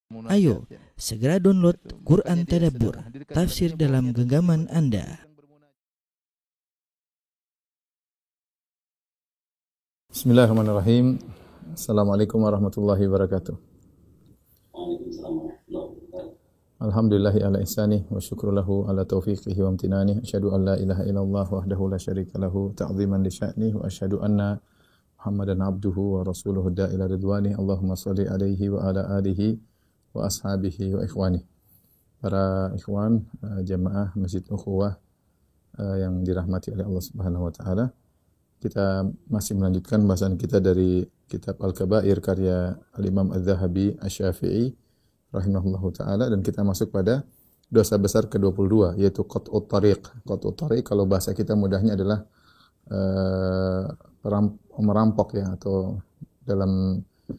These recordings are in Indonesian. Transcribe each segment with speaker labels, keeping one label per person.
Speaker 1: Ayo, segera download Quran Tadabbur, tafsir dalam genggaman Anda.
Speaker 2: Bismillahirrahmanirrahim. Assalamualaikum warahmatullahi wabarakatuh. Alhamdulillahi ala ihsanih wa syukru lahu ala taufiqihi wa amtinani. Asyhadu an la ilaha illallah wahdahu la syarika lahu ta'ziman li sya'nih wa asyhadu anna Muhammadan abduhu wa rasuluhu da'ila ridwani. Allahumma shalli alaihi wa ala alihi wa ashabihi wa ikhwani. Para ikhwan jamaah Masjid Ukhuwah yang dirahmati oleh Allah Subhanahu wa taala. Kita masih melanjutkan bahasan kita dari kitab Al-Kabair karya Al-Imam Adz-Dzahabi Asy-Syafi'i rahimahullahu taala, dan kita masuk pada dosa besar ke-22 yaitu qat'ut thariq. Qat'ut thariq kalau bahasa kita mudahnya adalah merampok ya, atau dalam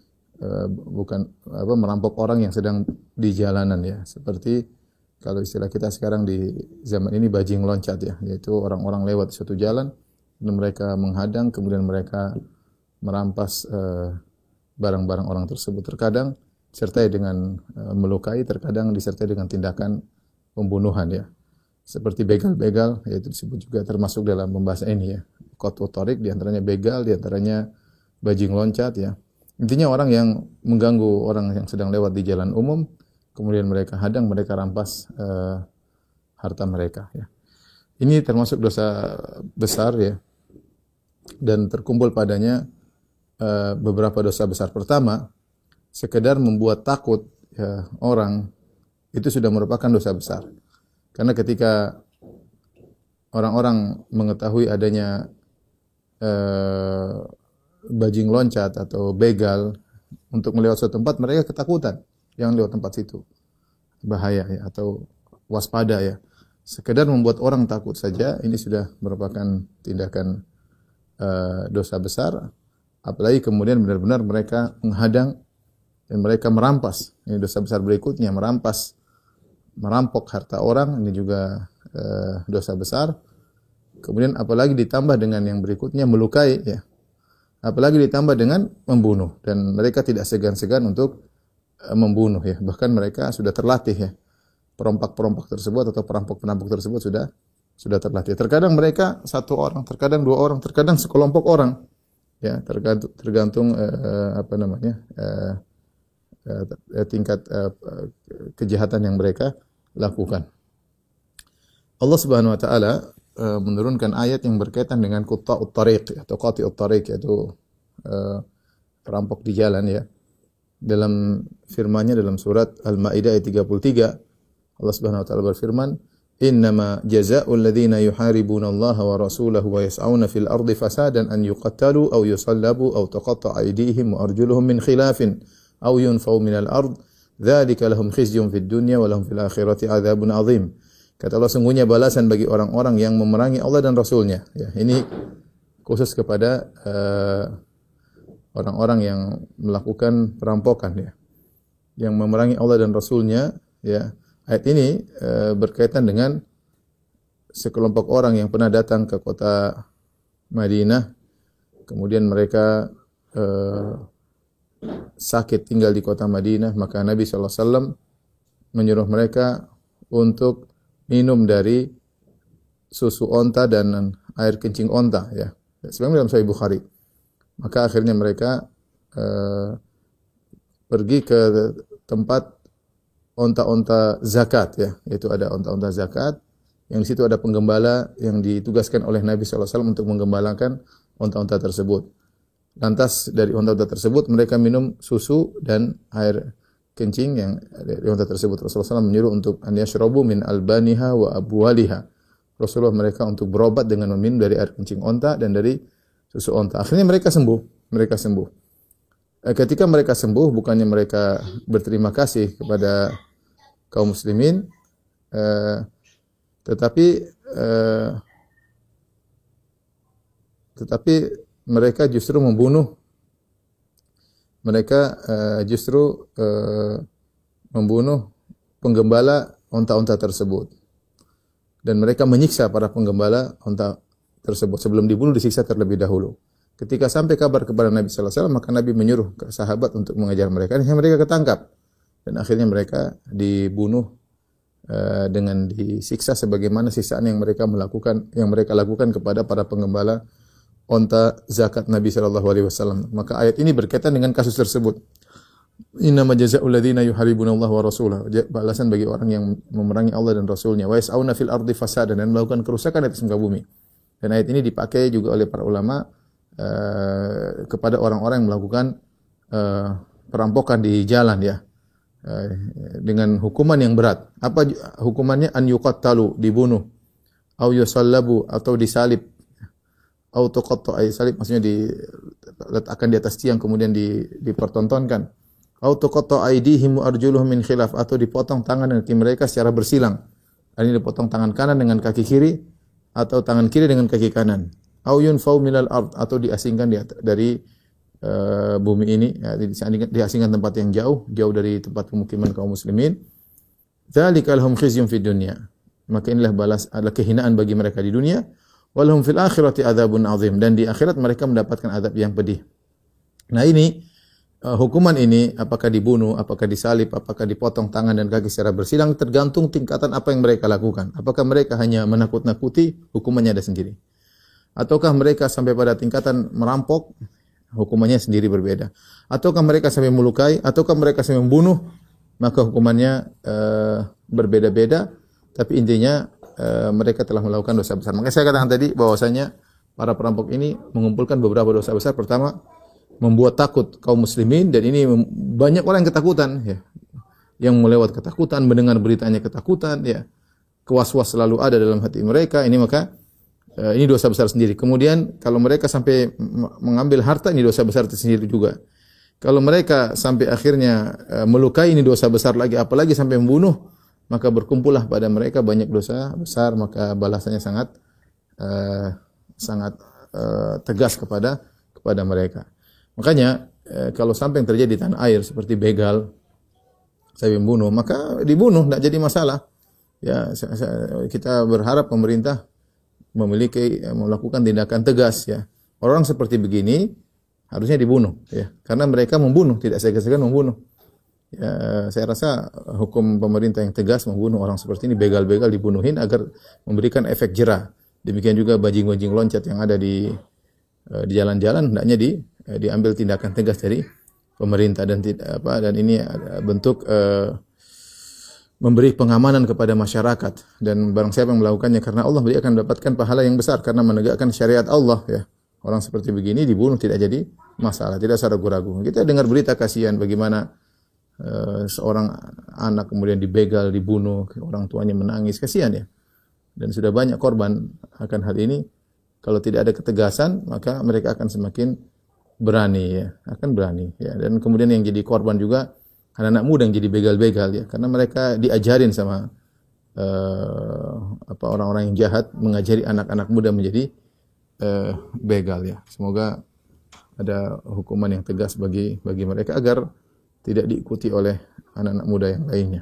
Speaker 2: merampok orang yang sedang di jalanan ya. Seperti kalau istilah kita sekarang di zaman ini bajing loncat ya, yaitu orang-orang lewat suatu jalan dan mereka menghadang, kemudian mereka merampas barang-barang orang tersebut. Terkadang disertai dengan melukai, terkadang disertai dengan tindakan pembunuhan ya. Seperti begal-begal, yaitu disebut juga termasuk dalam pembahasan ini ya. Qat'ut thariq di antaranya begal, di antaranya bajing loncat ya. Intinya orang yang mengganggu orang yang sedang lewat di jalan umum, kemudian mereka hadang, mereka rampas harta mereka ya. Ini termasuk dosa besar ya, dan terkumpul padanya beberapa dosa besar. Pertama, sekedar membuat takut ya, orang, itu sudah merupakan dosa besar. Karena ketika orang-orang mengetahui adanya bajing loncat atau begal untuk melewati suatu tempat, mereka ketakutan, jangan lewat tempat situ, bahaya ya, atau waspada ya. Sekedar membuat orang takut saja, ini sudah merupakan tindakan dosa besar. Apalagi kemudian benar-benar mereka menghadang dan mereka merampas. Ini dosa besar berikutnya, merampok harta orang, ini juga dosa besar. Kemudian apalagi ditambah dengan yang berikutnya, melukai ya. Apalagi ditambah dengan membunuh, dan mereka tidak segan-segan untuk membunuh ya. Bahkan mereka sudah terlatih ya. Perompak-perompak tersebut atau perampok-perampok tersebut sudah terlatih. Terkadang mereka satu orang, terkadang dua orang, terkadang sekelompok orang. Ya, tergantung tingkat kejahatan yang mereka lakukan. Allah Subhanahu wa taala menurunkan ayat yang berkaitan dengan qat'ut thariq atau qat'ut thariq, yaitu perampok di jalan ya. Dalam firman-Nya dalam surat Al-Maidah ayat 33, Allah Subhanahu wa taala berfirman, "Innama jazaa'ul ladzina yuharibuna Allah wa rasulahu wa yas'auna fil ardi fasadan an yuqattalu aw yusallabu aw tuqatta'a aydihim wa arjuluhum min khilafin aw yunfaw minal ard dzalika lahum khizyun fid dunya wa lahum fil akhirati adzabun adzim." Kata Allah, sungguhnya balasan bagi orang-orang yang memerangi Allah dan Rasul-Nya. Ya, ini khusus kepada orang-orang yang melakukan perampokan ya, yang memerangi Allah dan Rasul-Nya ya. Ayat ini berkaitan dengan sekelompok orang yang pernah datang ke kota Madinah, kemudian mereka sakit tinggal di kota Madinah, maka Nabi SAW menyuruh mereka untuk minum dari susu onta dan air kencing onta ya. Sebagaimana dalam Sahih Bukhari. Maka akhirnya mereka pergi ke tempat onta-onta zakat ya, yaitu ada onta-onta zakat yang di situ ada penggembala yang ditugaskan oleh Nabi SAW untuk menggembalakan onta-onta tersebut. Lantas dari onta-onta tersebut mereka minum susu dan air kencing yang dari onta tersebut. Rasulullah SAW menyuruh untuk an yashrabu min albaniha wa abwaliha. Rasulullah mereka untuk berobat dengan meminum dari air kencing onta dan dari susu onta. Akhirnya mereka sembuh. Ketika mereka sembuh, bukannya mereka berterima kasih kepada kaum muslimin, tetapi mereka justru membunuh. Mereka membunuh penggembala onta-onta tersebut. Dan mereka menyiksa para penggembala onta tersebut. Sebelum dibunuh disiksa terlebih dahulu. Ketika sampai kabar kepada Nabi sallallahu alaihi wasallam, maka Nabi menyuruh ke sahabat untuk mengejar mereka. Dan mereka ketangkap. dan akhirnya mereka dibunuh dengan disiksa sebagaimana siksaan yang mereka lakukan kepada para penggembala onta zakat Nabi sallallahu alaihi wasallam. Maka ayat ini berkaitan dengan kasus tersebut. Innama jazaa'ul ladzina yuharibunallaha wa rasulahu. Balasan bagi orang yang memerangi Allah dan Rasulnya. Wa yas'auna fil ardi fasadan, dan melakukan kerusakan di atas muka bumi. Dan ayat ini dipakai juga oleh para ulama kepada orang-orang yang melakukan perampokan di jalan ya. Dengan hukuman yang berat. Apa hukumannya? An yuqattalu, dibunuh. Au yusallabu, atau disalib. Au tuqatta, ay salib maksudnya diletakkan di atas tiang kemudian dipertontonkan. Au tuqatta aydihim wa arjuluhum min khilaf, atau dipotong tangan dan kaki mereka secara bersilang. Ini dipotong tangan kanan dengan kaki kiri atau tangan kiri dengan kaki kanan. Au yunfau minal ard, atau diasingkan dari bumi ini, ya, diasingkan tempat yang jauh dari tempat pemukiman kaum muslimin. Dzalika lahum khizyun fid dunya. Maka inilah adalah kehinaan bagi mereka di dunia. Walahum fil akhirati adzabun azim, dan di akhirat mereka mendapatkan azab yang pedih. Nah ini hukuman ini, apakah dibunuh, apakah disalib, apakah dipotong tangan dan kaki secara bersilang, tergantung tingkatan apa yang mereka lakukan. Apakah mereka hanya menakut-nakuti, hukumannya ada sendiri. Ataukah mereka sampai pada tingkatan merampok, hukumannya sendiri berbeda. Ataukah mereka sampai melukai, ataukah mereka sampai membunuh, maka hukumannya berbeda-beda. Tapi intinya mereka telah melakukan dosa besar. Makanya saya katakan tadi bahwasanya para perampok ini mengumpulkan beberapa dosa besar. Pertama, membuat takut kaum muslimin, dan ini banyak orang yang ketakutan ya. Yang melewat ketakutan, mendengar beritanya ketakutan ya. Was-was selalu ada dalam hati mereka. Ini maka ini dosa besar sendiri. Kemudian kalau mereka sampai mengambil harta, ini dosa besar tersendiri juga. Kalau mereka sampai akhirnya melukai, ini dosa besar lagi, apalagi sampai membunuh, maka berkumpullah pada mereka banyak dosa besar, maka balasannya sangat tegas kepada mereka. Makanya kalau sampai yang terjadi di tanah air seperti begal sampai membunuh, maka dibunuh, tidak jadi masalah. Ya, kita berharap pemerintah melakukan tindakan tegas ya. Orang seperti begini harusnya dibunuh ya, karena mereka membunuh, tidak segan-segan membunuh. Ya, saya rasa hukum pemerintah yang tegas membunuh orang seperti ini, begal-begal dibunuhin agar memberikan efek jera. Demikian juga bajing-bajing loncat yang ada di jalan-jalan, hendaknya diambil tindakan tegas dari pemerintah, dan ini bentuk memberi pengamanan kepada masyarakat, dan barang siapa yang melakukannya karena Allah, dia akan mendapatkan pahala yang besar karena menegakkan syariat Allah ya. Orang seperti begini dibunuh tidak jadi masalah, tidak usah ragu-ragu. Kita dengar berita kasihan bagaimana seorang anak kemudian dibegal, dibunuh, orang tuanya menangis, kasihan ya. Dan sudah banyak korban akan hal ini. Kalau tidak ada ketegasan, maka mereka akan semakin berani ya, akan berani ya. Dan kemudian yang jadi korban juga anak-anak muda yang jadi begal-begal ya, karena mereka diajarin sama orang-orang yang jahat mengajari anak-anak muda menjadi begal ya. Semoga ada hukuman yang tegas bagi mereka agar tidak diikuti oleh anak-anak muda yang lainnya.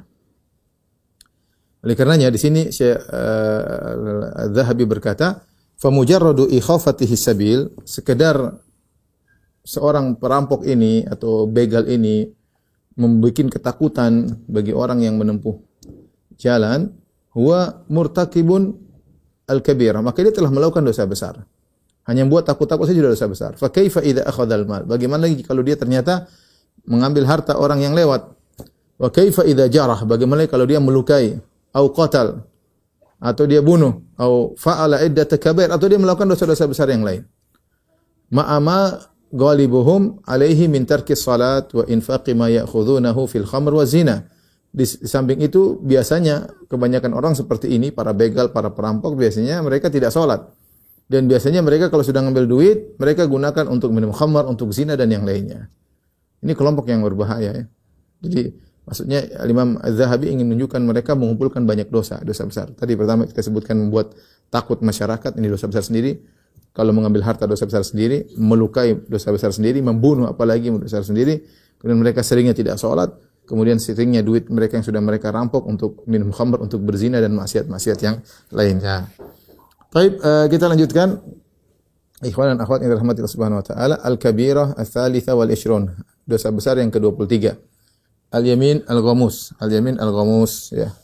Speaker 2: Oleh karenanya di sini Syekh Az-Zahabi berkata, fa mujarradu ikhafatihi sabil, sekedar seorang perampok ini atau begal ini membuat ketakutan bagi orang yang menempuh jalan, huwa murtakibun al-kabirah, maka dia telah melakukan dosa besar. Hanya membuat takut-takut saja dosa besar. Fa kaifa idza akhadhal mal? Bagaimana lagi kalau dia ternyata mengambil harta orang yang lewat? Wa kaifa idza jarah? Bagaimana kalau dia melukai, au qatal, atau dia bunuh, au fa'ala iddat kabair, atau dia melakukan dosa-dosa besar yang lain. Ma'ama ghalibuhum alaihi min tarki salat wa infaqi ma ya'khudhunahu fil khamr wa zina. Di samping itu biasanya kebanyakan orang seperti ini, para begal, para perampok, biasanya mereka tidak salat. Dan biasanya mereka kalau sudah ngambil duit, mereka gunakan untuk minum khamar, untuk zina dan yang lainnya. Ini kelompok yang berbahaya ya. Jadi maksudnya Imam Az-Zahabi ingin menunjukkan mereka mengumpulkan banyak dosa besar. Tadi pertama kita sebutkan membuat takut masyarakat, ini dosa besar sendiri. Kalau mengambil harta dosa besar sendiri, melukai dosa besar sendiri, membunuh apalagi dosa besar sendiri. Kemudian mereka seringnya tidak sholat, kemudian seringnya duit mereka yang sudah mereka rampok untuk minum khamr, untuk berzina dan maksiat-maksiat yang lainnya. Baik, kita lanjutkan. Ikhwan dan akhwat yang dirahmati Allah Subhanahu wa taala, al-kabirah ats-tsalitsa wal 20, dosa besar yang ke-23. al-yamin al-ghamus. Al-yamin al-ghamus ya.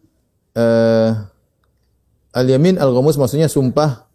Speaker 2: Al-yamin al-ghamus maksudnya sumpah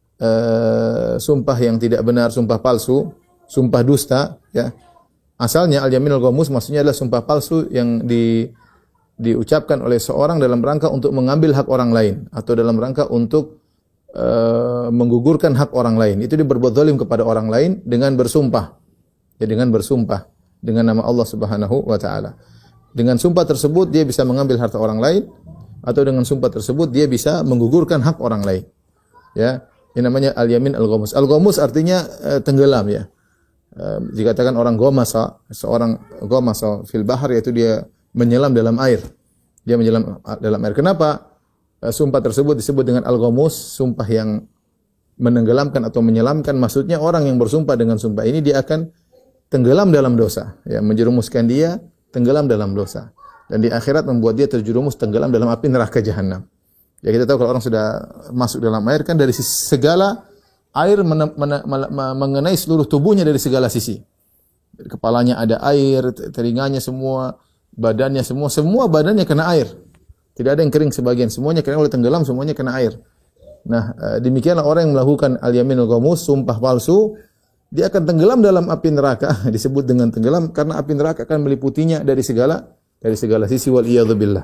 Speaker 2: sumpah yang tidak benar, sumpah palsu, sumpah dusta ya. Asalnya al-yamin al-ghamus maksudnya adalah sumpah palsu yang diucapkan oleh seorang dalam rangka untuk mengambil hak orang lain atau dalam rangka untuk menggugurkan hak orang lain. Itu dia berbuat zalim kepada orang lain dengan bersumpah. Ya, dengan bersumpah dengan nama Allah Subhanahu wa taala. Dengan sumpah tersebut dia bisa mengambil harta orang lain atau dengan sumpah tersebut dia bisa menggugurkan hak orang lain. Ya, ini namanya al-yamin al-ghamus. Al-ghamus artinya tenggelam ya. Dikatakan orang ghamasa, seorang ghamasa fil bahr yaitu dia menyelam dalam air. Dia menyelam dalam air. Kenapa sumpah tersebut disebut dengan al-ghamus, sumpah yang menenggelamkan atau menyelamkan? Maksudnya orang yang bersumpah dengan sumpah ini dia akan tenggelam dalam dosa, ya, menjerumuskan dia tenggelam dalam dosa. Dan di akhirat membuat dia terjerumus tenggelam dalam api neraka jahanam. Ya, kita tahu kalau orang sudah masuk dalam air kan dari segala air mengenai seluruh tubuhnya dari segala sisi. Kepalanya ada air, telinganya semua, badannya semua badannya kena air. Tidak ada yang kering sebagian, semuanya kena oleh tenggelam, semuanya kena air. Nah, demikianlah orang yang melakukan al-yaminul ghamus, sumpah palsu, dia akan tenggelam dalam api neraka. Disebut dengan tenggelam karena api neraka akan meliputinya dari segala sisi, wal iyadzu billah.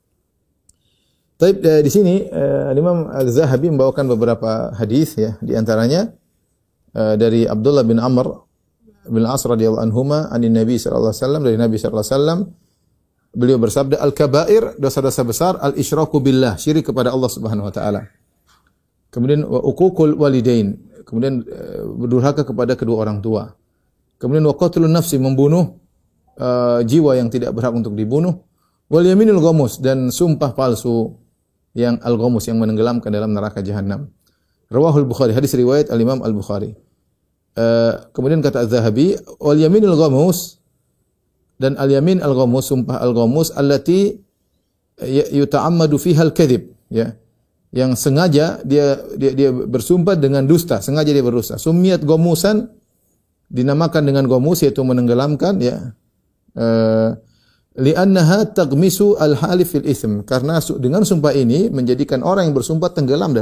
Speaker 2: Taib, di sini Imam Az-Zahabi membawakan beberapa hadis ya, di antaranya dari Abdullah bin Amr bin As radhiyallahu anhuma anin Nabi sallallahu alaihi wasallam, dari Nabi sallallahu alaihi wasallam beliau bersabda, al-kaba'ir, dosa-dosa besar, al-isyraku billah, syirik kepada Allah Subhanahu wa taala. Kemudian wa uququl walidain, kemudian berdurhaka kepada kedua orang tua. Kemudian wa qatlun nafsi, membunuh jiwa yang tidak berhak untuk dibunuh. Wal yaminul ghamus, dan sumpah palsu yang al-ghamus, yang menenggelamkan dalam neraka jahanam. Rawahul Bukhari, hadis riwayat al-Imam Al-Bukhari. Kemudian kata Az-Zahabi, wal yaminul ghamus, dan al-yamin al-ghamus, sumpah al-ghamus allati yuta'ammadu fiha al-kadhib, ya. Yang sengaja dia bersumpah dengan dusta, sengaja dia berdusta. Sumiyat ghamusan, dinamakan dengan ghamus yaitu menenggelamkan ya. Li'annaha taghmisu al-halif fil itsm, karena dengan sumpah ini menjadikan orang yang bersumpah tenggelam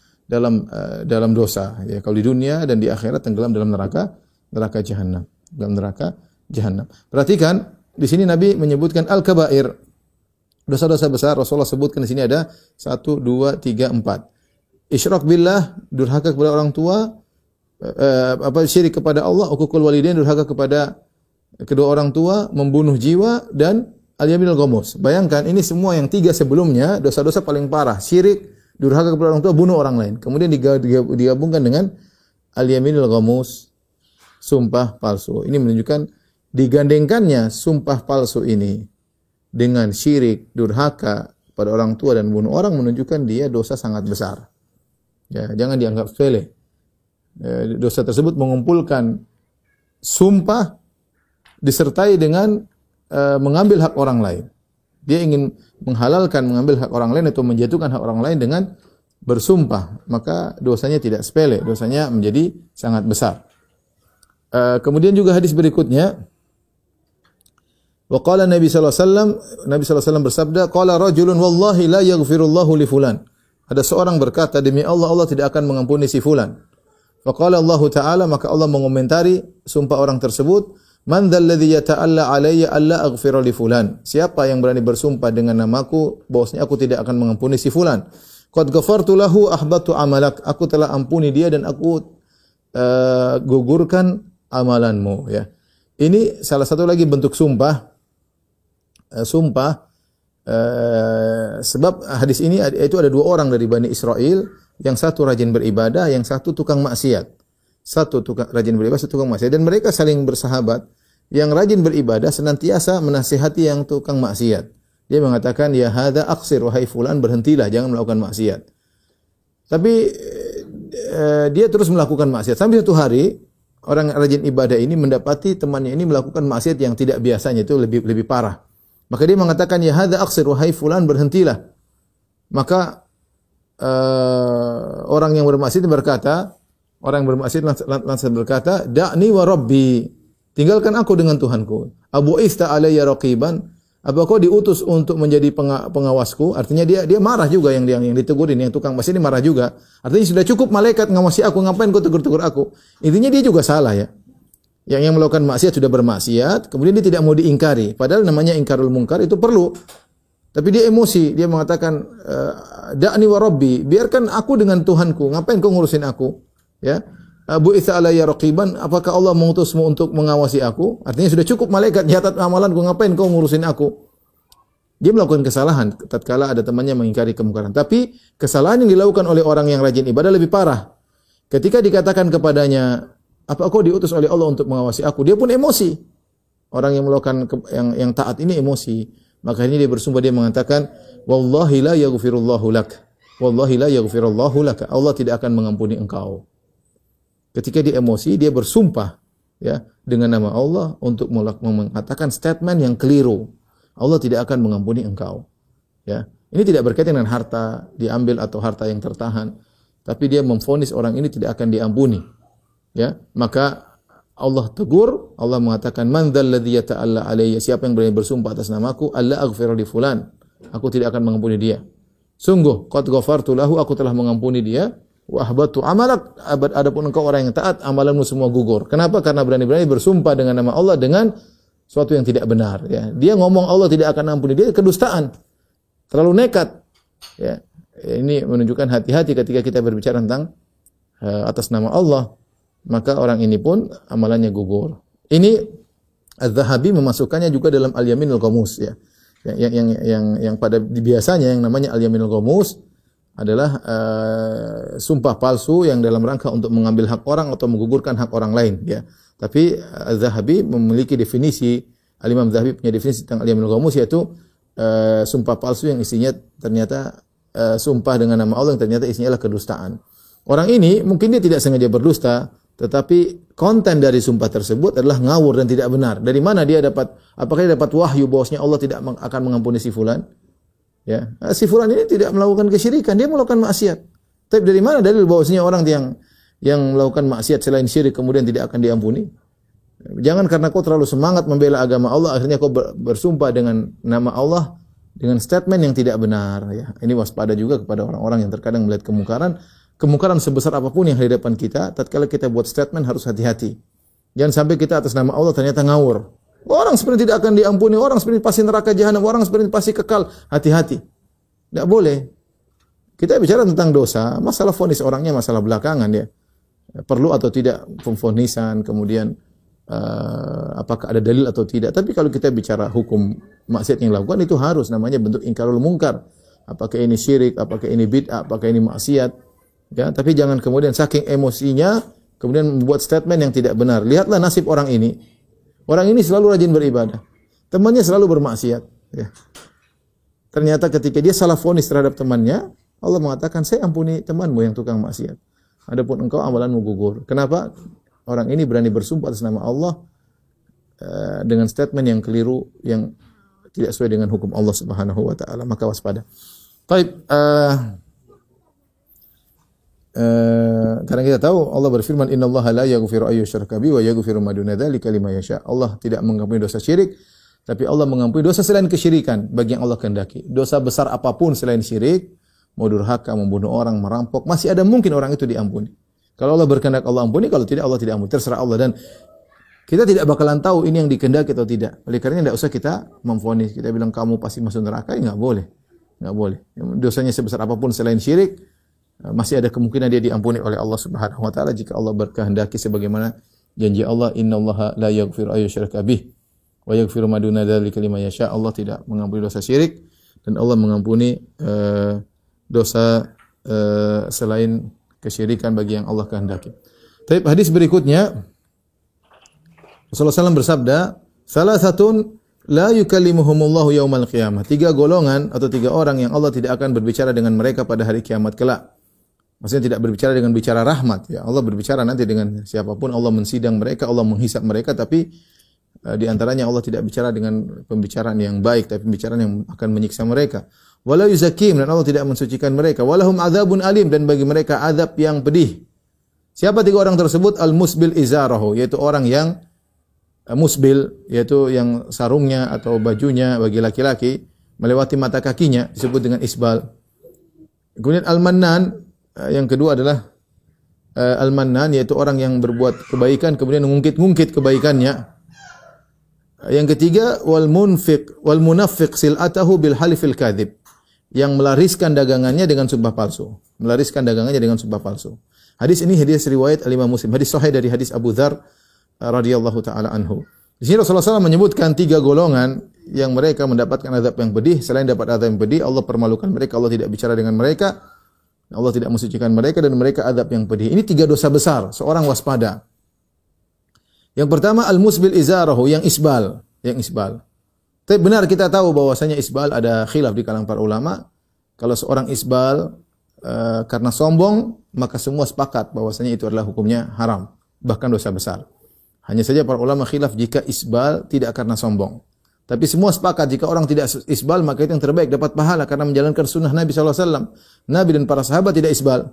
Speaker 2: dalam dosa ya, kalau di dunia dan di akhirat tenggelam dalam neraka jahanam, dalam neraka jahanam. Perhatikan di sini Nabi menyebutkan al-kaba'ir, dosa-dosa besar. Rasulullah sebutkan di sini ada 1 2 3 4. Isyrak billah, durhaka kepada orang tua, syirik kepada Allah, uququl walidain, durhaka kepada kedua orang tua, membunuh jiwa, dan al-yaminul ghamus. Bayangkan ini semua yang 3 sebelumnya dosa-dosa paling parah, syirik, durhaka kepada orang tua, bunuh orang lain. Kemudian digabungkan dengan al-yaminul ghamus, sumpah palsu. Ini menunjukkan digandengkannya sumpah palsu ini dengan syirik, durhaka pada orang tua dan bunuh orang, menunjukkan dia dosa sangat besar. Ya, jangan dianggap sepele. Dosa tersebut mengumpulkan sumpah disertai dengan mengambil hak orang lain. Dia ingin menghalalkan mengambil hak orang lain atau menjatuhkan hak orang lain dengan bersumpah, maka dosanya tidak sepele, dosanya menjadi sangat besar. Kemudian juga hadis berikutnya, wa qala Nabi sallallahu alaihi wasallam bersabda, qala rajulun wallahi la yaghfirullahu li fulan. Ada seorang berkata, demi Allah, Allah tidak akan mengampuni si fulan. Fa qala Allah Ta'ala, maka Allah mengomentari sumpah orang tersebut, man dzalladzi yata'alla alayya alla aghfira li fulan. Siapa yang berani bersumpah dengan namaku bahwasanya aku tidak akan mengampuni si fulan. Qad ghafartu lahu ahbatu amalak. Aku telah ampuni dia dan aku gugurkan amalanmu ya. Ini salah satu lagi bentuk sumpah. Sebab hadis ini itu ada 2 orang dari Bani Israel, yang satu rajin beribadah, yang satu tukang maksiat. Satu rajin beribadah, satu tukang maksiat, dan mereka saling bersahabat. Yang rajin beribadah senantiasa menasihati yang tukang maksiat. Dia mengatakan, ya hadza aqsir, wahai fulan, berhentilah, jangan melakukan maksiat. Tapi dia terus melakukan maksiat. Sampai satu hari orang rajin ibadah ini mendapati temannya ini melakukan maksiat yang tidak biasanya, itu lebih parah. Maka dia mengatakan, ya hadza aqsir, wahai fulan, berhentilah. Maka orang yang bermaksiat berkata, orang yang bermaksiat lantas berkata, da'ni wa rabbi, Tinggalkan aku dengan Tuhanku. Abu ista alayya raqiban. Apa kau diutus untuk menjadi pengawasku? Artinya dia marah juga yang ditegurin, yang tukang bas ini marah juga. Artinya sudah cukup malaikat ngawasi aku, ngapain kau tegur-tegur aku? Intinya dia juga salah ya. Yang melakukan maksiat sudah bermaksiat, kemudian dia tidak mau diingkari. Padahal namanya ingkarul munkar itu perlu. Tapi dia emosi, dia mengatakan da'ni wa rabbi, biarkan aku dengan Tuhanku, ngapain kau ngurusin aku? Ya. Abu Isa alayya raqiban, apakah Allah mengutusmu untuk mengawasi aku? Artinya sudah cukup malaikat nyatat amalanku, ngapain kau ngurusin aku? Dia melakukan kesalahan tatkala ada temannya mengingkari kemungkaran. Tapi kesalahan yang dilakukan oleh orang yang rajin ibadah lebih parah. Ketika dikatakan kepadanya, apa kau diutus oleh Allah untuk mengawasi aku? Dia pun emosi. Orang yang melakukan yang taat ini emosi. Maka ini dia bersumpah, dia mengatakan, wallahi la yaghfirullahu lak. Wallahi la yaghfirullahu lak. Allah tidak akan mengampuni engkau. Ketika dia emosi, dia bersumpah ya dengan nama Allah untuk mengatakan statement yang keliru. Allah tidak akan mengampuni engkau. Ya. Ini tidak berkaitan dengan harta diambil atau harta yang tertahan, tapi dia memvonis orang ini tidak akan diampuni. Ya, maka Allah tegur, Allah mengatakan man dzalladzi yata'alla alayya, siapa yang berani bersumpah atas namaku, alla aghfira li fulan, aku tidak akan mengampuni dia. Sungguh qad ghafartu lahu, aku telah mengampuni dia, wa ahbatu amalak, adapun engkau orang yang taat, amalanmu semua gugur. Kenapa? Karena berani-berani bersumpah dengan nama Allah dengan suatu yang tidak benar ya. Dia ngomong Allah tidak akan ampuni dia, kedustaan. Terlalu nekat. Ya. Ini menunjukkan hati-hati ketika kita berbicara tentang atas nama Allah. Maka orang ini pun amalannya gugur. Ini Az-Zahabi memasukkannya juga dalam Al-Yaminul Ghamus ya. Yang pada biasanya yang namanya Al-Yaminul Ghamus adalah sumpah palsu yang dalam rangka untuk mengambil hak orang atau menggugurkan hak orang lain ya. Tapi Az-Zahabi memiliki definisi, Al-Imam Az-Zahabi punya definisi tentang Al-Yaminul Ghamus, yaitu sumpah palsu yang isinya ternyata sumpah dengan nama Allah yang ternyata isinya adalah kedustaan. Orang ini mungkin dia tidak sengaja berdusta, tetapi konten dari sumpah tersebut adalah ngawur dan tidak benar. Dari mana dia dapat? Apakah dia dapat wahyu bahwasanya Allah tidak akan mengampuni si fulan? Ya, si fulan ini tidak melakukan kesyirikan, dia melakukan maksiat. Tapi dari mana dalil bahwasanya orang yang melakukan maksiat selain syirik kemudian tidak akan diampuni? Jangan karena kau terlalu semangat membela agama Allah akhirnya kau bersumpah dengan nama Allah dengan statement yang tidak benar ya. Ini waspada juga kepada orang-orang yang terkadang melihat kemungkaran sebesar apapun yang di depan kita, tatkala kita buat statement harus hati-hati. Jangan sampai kita atas nama Allah ternyata ngawur. Orang seperti tidak akan diampuni, orang seperti pasti neraka jahanam, orang seperti pasti kekal. Hati-hati. Tidak boleh. Kita bicara tentang dosa, masalah vonis orangnya masalah belakangan ya. Perlu atau tidak pemvonisan, kemudian apakah ada dalil atau tidak. Tapi kalau kita bicara hukum maksiat yang dilakukan itu harus namanya bentuk ingkarul munkar. Apakah ini syirik, apakah ini bid'ah, apakah ini maksiat. Ya, tapi jangan kemudian saking emosinya kemudian membuat statement yang tidak benar. Lihatlah nasib orang ini. Orang ini selalu rajin beribadah. Temannya selalu bermaksiat. Ya. Ternyata ketika dia salah vonis terhadap temannya, Allah mengatakan, saya ampuni temanmu yang tukang maksiat. Adapun engkau amalanmu gugur. Kenapa? Orang ini berani bersumpah atas nama Allah dengan statement yang keliru, yang tidak sesuai dengan hukum Allah Subhanahu wa taala. Maka waspada. Baik, karena kita tahu Allah berfirman innallaha la yaghfiru ayyushraka bihi wa yaghfiru ma duna dzalika liman yasha. Allah tidak mengampuni dosa syirik, tapi Allah mengampuni dosa selain kesyirikan bagi yang Allah kehendaki. Dosa besar apapun selain syirik, mau durhaka, membunuh orang, merampok, masih ada mungkin orang itu diampuni. Kalau Allah berkehendak Allah ampuni, kalau tidak Allah tidak ampuni. Terserah Allah, dan kita tidak bakalan tahu ini yang dikehendaki atau tidak. Oleh karena tidak usah kita memvonis. Kita bilang kamu pasti masuk neraka, ya enggak boleh. Enggak boleh. Dosanya sebesar apapun selain syirik, masih ada kemungkinan dia diampuni oleh Allah Subhanahu wa taala jika Allah berkehendaki, sebagaimana janji Allah innallaha la yaghfiru ayyushraka bih wa yaghfiru ma duna dzalika liman yasha. Allah tidak mengampuni dosa syirik dan Allah mengampuni dosa selain kesyirikan bagi yang Allah kehendaki. Tapi hadis berikutnya Rasulullah SAW bersabda, salasatun la yukallimuhumullahu yaumal qiyamah. 3 golongan atau 3 orang yang Allah tidak akan berbicara dengan mereka pada hari kiamat kelak. Maksudnya tidak berbicara dengan bicara rahmat ya. Allah berbicara nanti dengan siapapun, Allah mensidang mereka, Allah menghisap mereka, tapi di antaranya Allah tidak bicara dengan pembicaraan yang baik, tapi pembicaraan yang akan menyiksa mereka. Wala yuzakim, dan Allah tidak mensucikan mereka. Walahum adzabun alim, dan bagi mereka azab yang pedih. Siapa 3 orang tersebut? Al-musbil izarahu, yaitu orang yang musbil, yaitu yang sarungnya atau bajunya bagi laki-laki melewati mata kakinya, disebut dengan isbal. Kemudian al-mannan, yang kedua adalah al-mannan, yaitu orang yang berbuat kebaikan kemudian ngungkit-ngungkit kebaikannya. Yang ketiga, wal munafiq sil'atahu bil halifil kadzib, yang melariskan dagangannya dengan sumpah palsu. Melariskan dagangannya dengan sumpah palsu. Hadis ini hadis riwayat Al-Imam Muslim. Hadis sahih dari hadis Abu Dzar radhiyallahu taala anhu. Di sini Rasulullah SAW menyebutkan 3 golongan yang mereka mendapatkan azab yang pedih. Selain dapat azab yang pedih, Allah permalukan mereka, Allah tidak bicara dengan mereka, Allah tidak mensucikan mereka, dan mereka azab yang pedih. Ini 3 dosa besar, seorang waspada. Yang pertama, al-musbil izarahu, yang isbal. Tapi benar kita tahu bahwasanya isbal ada khilaf di kalangan para ulama. Kalau seorang isbal karena sombong, maka semua sepakat bahwasanya itu adalah hukumnya haram, bahkan dosa besar. Hanya saja para ulama khilaf jika isbal tidak karena sombong. Tapi semua sepakat jika orang tidak isbal, maka itu yang terbaik, dapat pahala karena menjalankan sunnah Nabi SAW. Nabi dan para sahabat tidak isbal.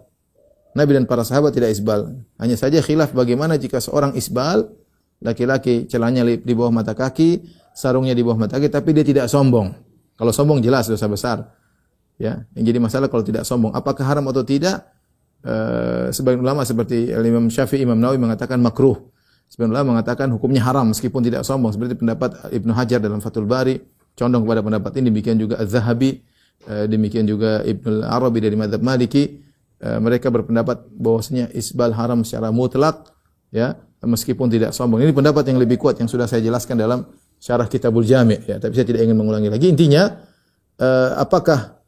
Speaker 2: Hanya saja khilaf bagaimana jika seorang isbal, laki-laki celana di bawah mata kaki, sarungnya di bawah mata kaki, tapi dia tidak sombong. Kalau sombong jelas dosa besar. Ya, yang jadi masalah kalau tidak sombong, apakah haram atau tidak? Sebagian ulama seperti Imam Syafi'i, Imam Nawawi mengatakan makruh. Sebagian ulama mengatakan hukumnya haram meskipun tidak sombong, seperti pendapat Ibnu Hajar dalam Fathul Bari condong kepada pendapat ini. Demikian juga Az-Zahabi, demikian juga Ibnu Arabi dari mazhab Maliki. Mereka berpendapat bahwasanya isbal haram secara mutlak, ya, meskipun tidak sombong. Ini pendapat yang lebih kuat yang sudah saya jelaskan dalam syarah Kitabul Jami', ya, tapi saya tidak ingin mengulangi lagi. Intinya, apakah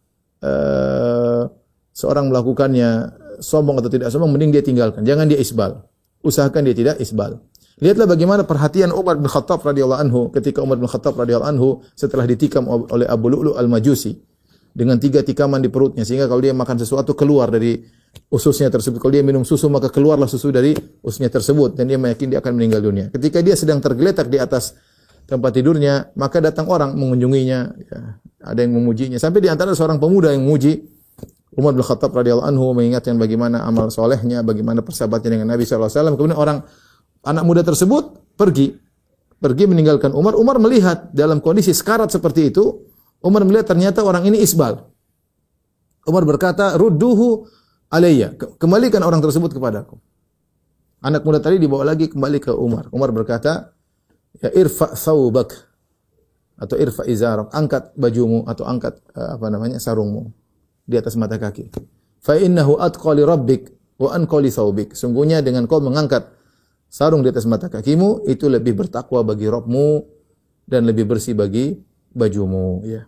Speaker 2: seorang melakukannya sombong atau tidak sombong, mending dia tinggalkan. Jangan dia isbal. Usahakan dia tidak isbal. Lihatlah bagaimana perhatian Umar bin Khattab radhiyallahu anhu ketika Umar bin Khattab radhiyallahu anhu setelah ditikam oleh Abu Lu'lu' al-Majusi dengan 3 tikaman di perutnya, sehingga kalau dia makan sesuatu keluar dari ususnya tersebut. Kalau dia minum susu maka keluarlah susu dari ususnya tersebut, dan dia meyakini dia akan meninggal dunia. Ketika dia sedang tergeletak di atas tempat tidurnya, maka datang orang mengunjunginya, ya, ada yang memujinya. Sampai di antara seorang pemuda yang memuji Umar bin Khattab radhiyallahu anhu, mengingatkan bagaimana amal solehnya, bagaimana persahabatannya dengan Nabi SAW. Kemudian anak muda tersebut pergi meninggalkan Umar. Umar melihat dalam kondisi sekarat seperti itu, Umar melihat ternyata orang ini isbal. Umar berkata, rudduhu alayya, kembalikan orang tersebut kepadaku. Anak muda tadi dibawa lagi kembali ke Umar. Umar berkata, ya irfa thawbak, atau irfa izarak, angkat bajumu atau angkat sarungmu di atas mata kaki. Fa innahu atqa li rabbik wa anqa li thawbik. Sungguhnya dengan kau mengangkat sarung di atas mata kakimu, itu lebih bertakwa bagi Rabbmu dan lebih bersih bagi bajumu, ya.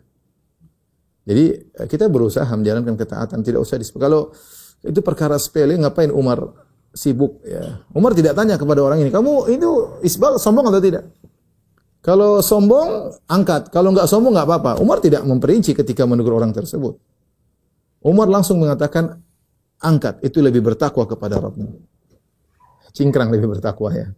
Speaker 2: Jadi kita berusaha menjalankan ketaatan, tidak usah kalau itu perkara sepele, ngapain Umar sibuk, ya. Umar tidak tanya kepada orang ini, kamu itu isbal sombong atau tidak? Kalau sombong angkat, kalau enggak sombong enggak apa-apa. Umar tidak memperinci ketika menegur orang tersebut. Umar langsung mengatakan, angkat, itu lebih bertakwa kepada Rabbmu. Cingkrang lebih bertakwa, ya.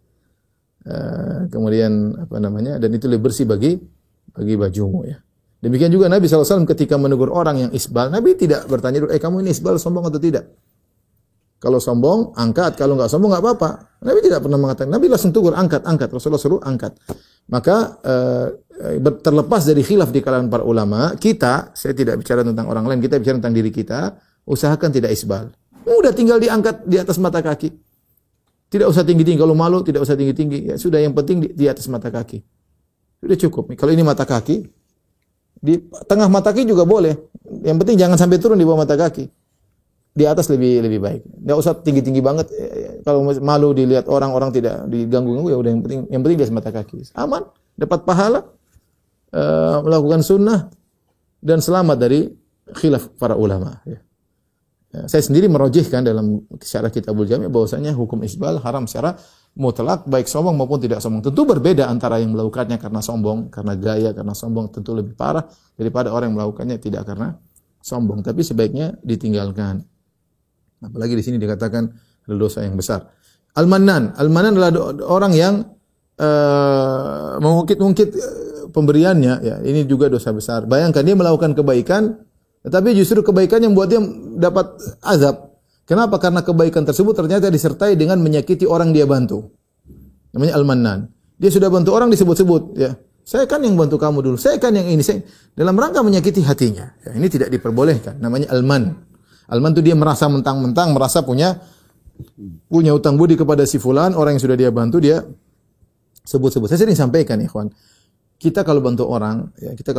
Speaker 2: Kemudian dan itu lebih bersih bagi bajumu, ya. Demikian juga Nabi SAW ketika menegur orang yang isbal, Nabi tidak bertanya, kamu ini isbal sombong atau tidak? Kalau sombong, angkat. Kalau enggak sombong, enggak apa-apa. Nabi tidak pernah mengatakan. Nabi langsung tegur, angkat. Rasulullah suruh angkat. Maka terlepas dari khilaf di kalangan para ulama, saya tidak bicara tentang orang lain, kita bicara tentang diri kita, usahakan tidak isbal. Udah tinggal diangkat di atas mata kaki. Tidak usah tinggi-tinggi. Kalau malu, tidak usah tinggi-tinggi. Ya sudah, yang penting di atas mata kaki. Sudah cukup. Kalau ini mata kaki, di tengah mata kaki juga boleh. Yang penting jangan sampai turun di bawah mata kaki. Di atas lebih baik. Enggak usah tinggi-tinggi banget. Kalau malu dilihat orang tidak diganggu, ya udah, yang penting di atas mata kaki. Aman, dapat pahala, melakukan sunnah, dan selamat dari khilaf para ulama, ya. Saya sendiri merojihkan dalam syarah Kitabul Jami' bahwasanya hukum isbal haram secara mutlak, baik sombong maupun tidak sombong. Tentu berbeda antara yang melakukannya karena sombong, karena gaya, karena sombong, tentu lebih parah daripada orang yang melakukannya tidak karena sombong. Tapi sebaiknya ditinggalkan. Apalagi di sini dikatakan adalah dosa yang besar. Al-Mannan adalah orang yang mengungkit-ungkit pemberiannya, ya. Ini juga dosa besar. Bayangkan dia melakukan kebaikan, tetapi justru kebaikan yang membuat dia dapat azab. Kenapa? Karena kebaikan tersebut ternyata disertai dengan menyakiti orang dia bantu. Namanya Al-Mannan. Dia sudah bantu orang disebut-sebut, ya. Saya kan yang bantu kamu dulu. Saya kan yang ini. Dalam rangka menyakiti hatinya. Ya, ini tidak diperbolehkan. Namanya alman. Alman itu dia merasa mentang-mentang, merasa punya utang budi kepada si fulan, orang yang sudah dia bantu, dia sebut-sebut. Saya sering sampaikan, ikhwan. Kita kalau bantu orang, ya, kita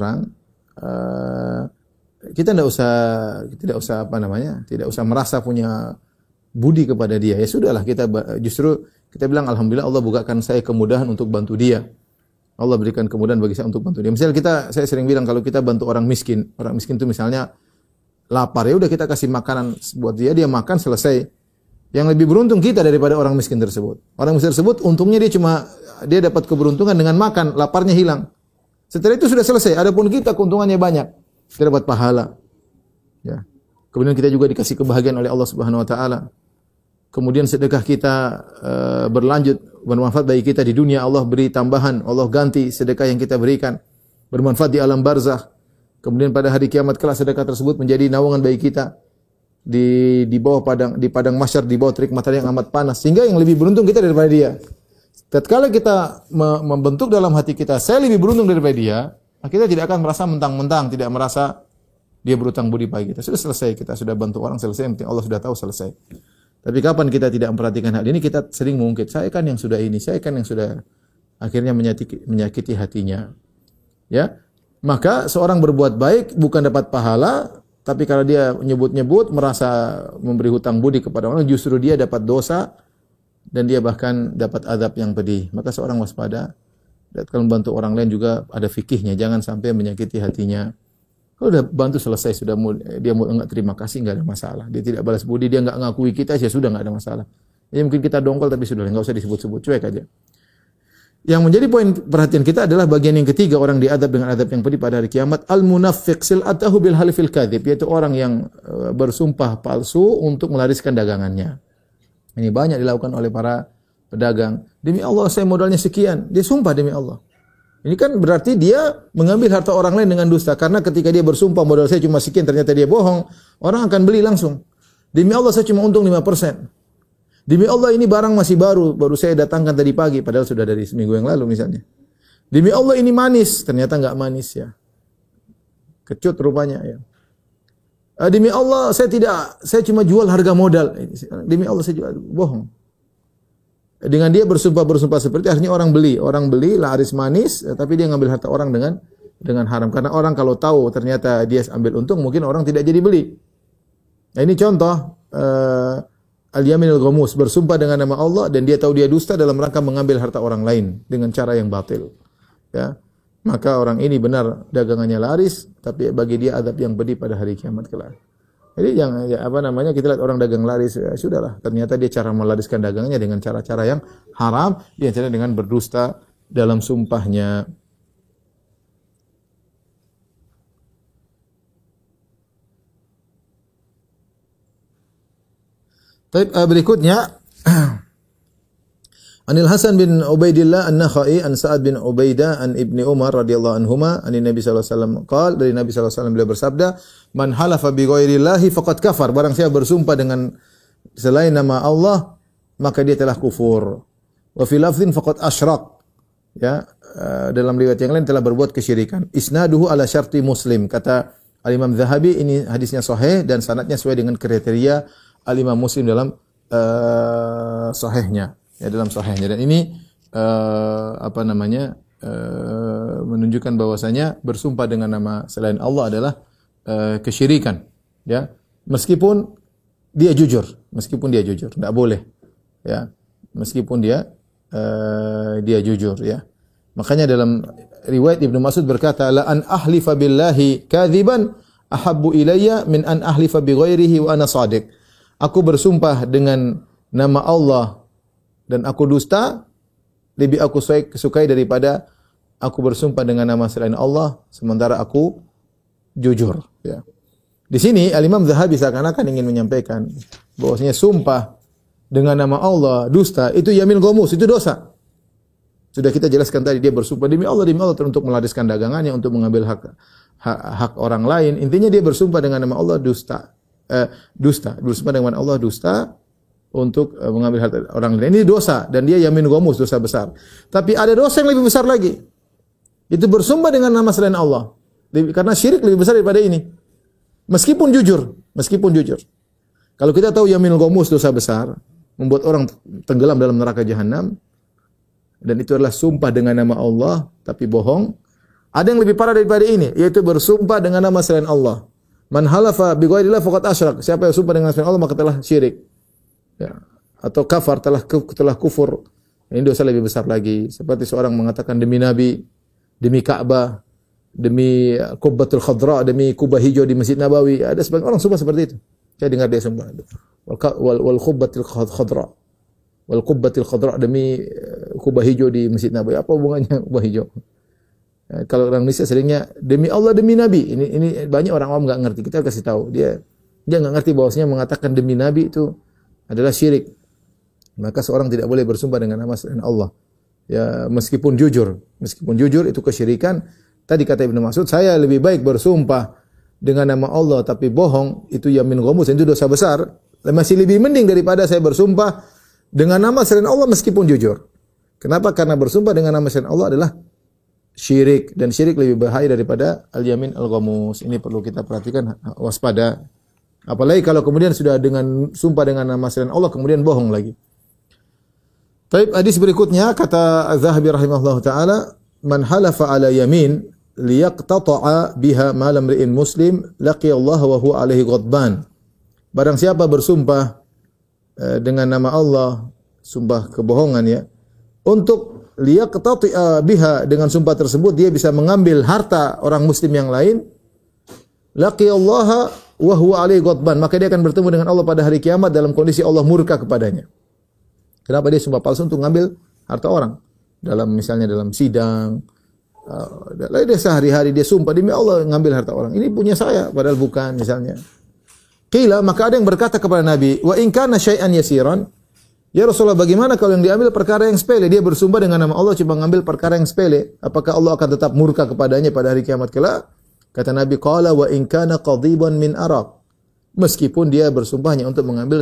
Speaker 2: tidak usah merasa punya budi kepada dia. Ya sudahlah, justru kita bilang alhamdulillah Allah bukakan saya kemudahan untuk bantu dia. Allah berikan kemudahan bagi saya untuk bantu dia. Misalnya saya sering bilang kalau kita bantu orang miskin itu misalnya lapar, ya udah kita kasih makanan buat dia, dia makan selesai. Yang lebih beruntung kita daripada orang miskin tersebut. Orang miskin tersebut untungnya dia dapat keberuntungan dengan makan, laparnya hilang. Setelah itu sudah selesai. Adapun kita keuntungannya banyak. Kita dapat pahala. Ya. Kemudian kita juga dikasih kebahagiaan oleh Allah Subhanahu wa taala. Kemudian sedekah kita berlanjut, bermanfaat bagi kita di dunia, Allah beri tambahan, Allah ganti sedekah yang kita berikan, bermanfaat di alam barzakh. Kemudian pada hari kiamat kelak sedekah tersebut menjadi naungan bagi kita di bawah padang mahsyar, di bawah terik matahari yang amat panas, sehingga yang lebih beruntung kita daripada dia. Tatkala kita membentuk dalam hati kita, saya lebih beruntung daripada dia, kita tidak akan merasa mentang-mentang, tidak merasa dia berutang budi pada kita. Sudah selesai, kita sudah bantu orang selesai, Allah sudah tahu selesai. Tapi kapan kita tidak memperhatikan hal ini, kita sering mengungkit, saya kan yang sudah ini, saya kan yang sudah, akhirnya menyakiti hatinya. Ya, maka seorang berbuat baik bukan dapat pahala, tapi kalau dia nyebut-nyebut merasa memberi hutang budi kepada orang, justru dia dapat dosa dan dia bahkan dapat azab yang pedih. Maka seorang waspada. Dan kalau membantu orang lain juga ada fikihnya, jangan sampai menyakiti hatinya. Kalau udah bantu selesai, dia mau enggak terima kasih, enggak ada masalah. Dia tidak balas budi, dia enggak ngakui kita, ya sudah enggak ada masalah. Ya mungkin kita dongkol tapi sudah enggak usah disebut-sebut, cuek aja. Yang menjadi poin perhatian kita adalah bagian yang ketiga, orang diadab dengan adab yang pedih pada hari kiamat. Al-munafiq sil'atahu bil halifil kadzib, yaitu orang yang bersumpah palsu untuk melariskan dagangannya. Ini banyak dilakukan oleh para pedagang. Demi Allah saya modalnya sekian, dia sumpah demi Allah. Ini kan berarti dia mengambil harta orang lain dengan dusta. Karena ketika dia bersumpah modal saya cuma sekian, ternyata dia bohong, orang akan beli langsung. Demi Allah saya cuma untung 5%. Demi Allah ini barang masih baru saya datangkan tadi pagi, padahal sudah dari seminggu yang lalu misalnya. Demi Allah ini manis, ternyata enggak manis ya. Kecut rupanya ya. Demi Allah saya cuma jual harga modal. Demi Allah saya jual, bohong. Dengan dia bersumpah seperti akhirnya orang beli laris manis, tapi dia ngambil harta orang dengan haram. Karena orang kalau tahu ternyata dia ambil untung, mungkin orang tidak jadi beli. Nah ini contoh al-yaminul ghamus, bersumpah dengan nama Allah dan dia tahu dia dusta dalam rangka mengambil harta orang lain dengan cara yang batil. Ya. Maka orang ini benar dagangannya laris, tapi bagi dia azab yang pedih pada hari kiamat kelak. Jadi kita lihat orang dagang laris, ya sudahlah, ternyata dia cara melariskan dagangannya dengan cara-cara yang haram, dia cara dengan berdusta dalam sumpahnya. Berikutnya Anil Hasan bin Ubaidillah An-Nakhai an Sa'ad bin Ubaidah an Ibni Umar radhiyallahu anhuma an Nabi sallallahu alaihi wasallam qaal, dari Nabi sallallahu alaihi wasallam beliau bersabda, man halafa bi ghairillahi faqad kafar, barang siapa bersumpah dengan selain nama Allah maka dia telah kufur. Wa fi lafdhin faqad asyrak, ya, dalam riwayat yang lain telah berbuat kesyirikan. Isnaduhu ala syarti Muslim, kata Al-Imam Zahabi ini hadisnya sahih dan sanadnya sesuai dengan kriteria Al-Imam Muslim dalam sahihnya. Ya, dalam sahihnya, dan ini menunjukkan bahwasanya bersumpah dengan nama selain Allah adalah kesyirikan, ya, meskipun dia jujur, tidak boleh, ya, meskipun dia jujur, ya. Makanya dalam riwayat Ibnu Mas'ud berkata, la an ahlifa billahi kadziban ahabbu ilayya min an ahlifa bi ghairihi wa ana shadiq. Aku bersumpah dengan nama Allah dan aku dusta, lebih aku sukai daripada aku bersumpah dengan nama selain Allah sementara aku jujur, ya. Di sini Al-Imam Zahabi seakan-akan ingin menyampaikan bahwasanya sumpah dengan nama Allah dusta itu yamin ghamus, itu dosa. Sudah kita jelaskan tadi, dia bersumpah demi Allah untuk melariskan dagangannya, untuk mengambil hak orang lain. Intinya dia bersumpah dengan nama Allah dusta. Bersumpah dengan Allah dusta, untuk mengambil harta orang lain. Ini dosa dan dia yamin ghamus, dosa besar. Tapi ada dosa yang lebih besar lagi. Itu bersumpah dengan nama selain Allah. Karena syirik lebih besar daripada ini. Meskipun jujur. Kalau kita tahu yamin ghamus dosa besar, membuat orang tenggelam dalam neraka jahanam, dan itu adalah sumpah dengan nama Allah tapi bohong. Ada yang lebih parah daripada ini, yaitu bersumpah dengan nama selain Allah. Man halafa bi ghairillah faqad asyrak. Siapa yang sumpah dengan selain Allah maka telah syirik. Ya. Atau kafar, telah kufur. Ini dosa lebih besar lagi. Seperti seorang mengatakan demi Nabi, demi Ka'bah, demi Qubbatul Khadra, demi kubah hijau di Masjid Nabawi. Ada sebagian orang sumpah seperti itu. Saya dengar dia sumpah. Wal Qubbatul Khadra. Wal Qubbatul Khadra, demi kubah hijau di Masjid Nabawi. Apa hubungannya kubah hijau? Kalau orang Indonesia seringnya demi Allah, demi Nabi. Ini banyak orang awam enggak ngerti. Kita kasih tahu. Dia enggak ngerti bahwasanya mengatakan demi Nabi itu adalah syirik. Maka seorang tidak boleh bersumpah dengan nama selain Allah. Ya, meskipun jujur itu kesyirikan. Tadi kata Ibnu Mas'ud, saya lebih baik bersumpah dengan nama Allah tapi bohong, itu yamin ghamus, itu dosa besar. Masih lebih mending daripada saya bersumpah dengan nama selain Allah meskipun jujur. Kenapa? Karena bersumpah dengan nama selain Allah adalah syirik, dan syirik lebih bahaya daripada al-yamin al-ghamus. Ini perlu kita perhatikan, waspada. Apalagi kalau kemudian sudah dengan sumpah dengan nama selain Allah kemudian bohong lagi. Baik, hadis berikutnya kata Az-Zahabi rahimahullahu taala, man halafa ala yamin liyaqtata'a biha ma lam ri'in muslim laqiya Allah wa huwa alaihi ghadban. Barang siapa bersumpah dengan nama Allah, sumpah kebohongan ya, untuk liyaqtata'a biha, dengan sumpah tersebut dia bisa mengambil harta orang muslim yang lain, laqiya Allah wa huwa alaihi ghadban, maka dia akan bertemu dengan Allah pada hari kiamat dalam kondisi Allah murka kepadanya. Kenapa dia sumpah palsu untuk ngambil harta orang? Misalnya dalam sidang, dia sehari-hari dia sumpah demi Allah ngambil harta orang. Ini punya saya, padahal bukan misalnya. Qila, maka ada yang berkata kepada Nabi, wa in kana syai'an yasiran, ya Rasulullah, bagaimana kalau yang diambil perkara yang sepele? Dia bersumpah dengan nama Allah cuma ngambil perkara yang sepele. Apakah Allah akan tetap murka kepadanya pada hari kiamat kelak? Kata Nabi, qala wa in kana qadiban min araq. Meskipun dia bersumpah hanya untuk mengambil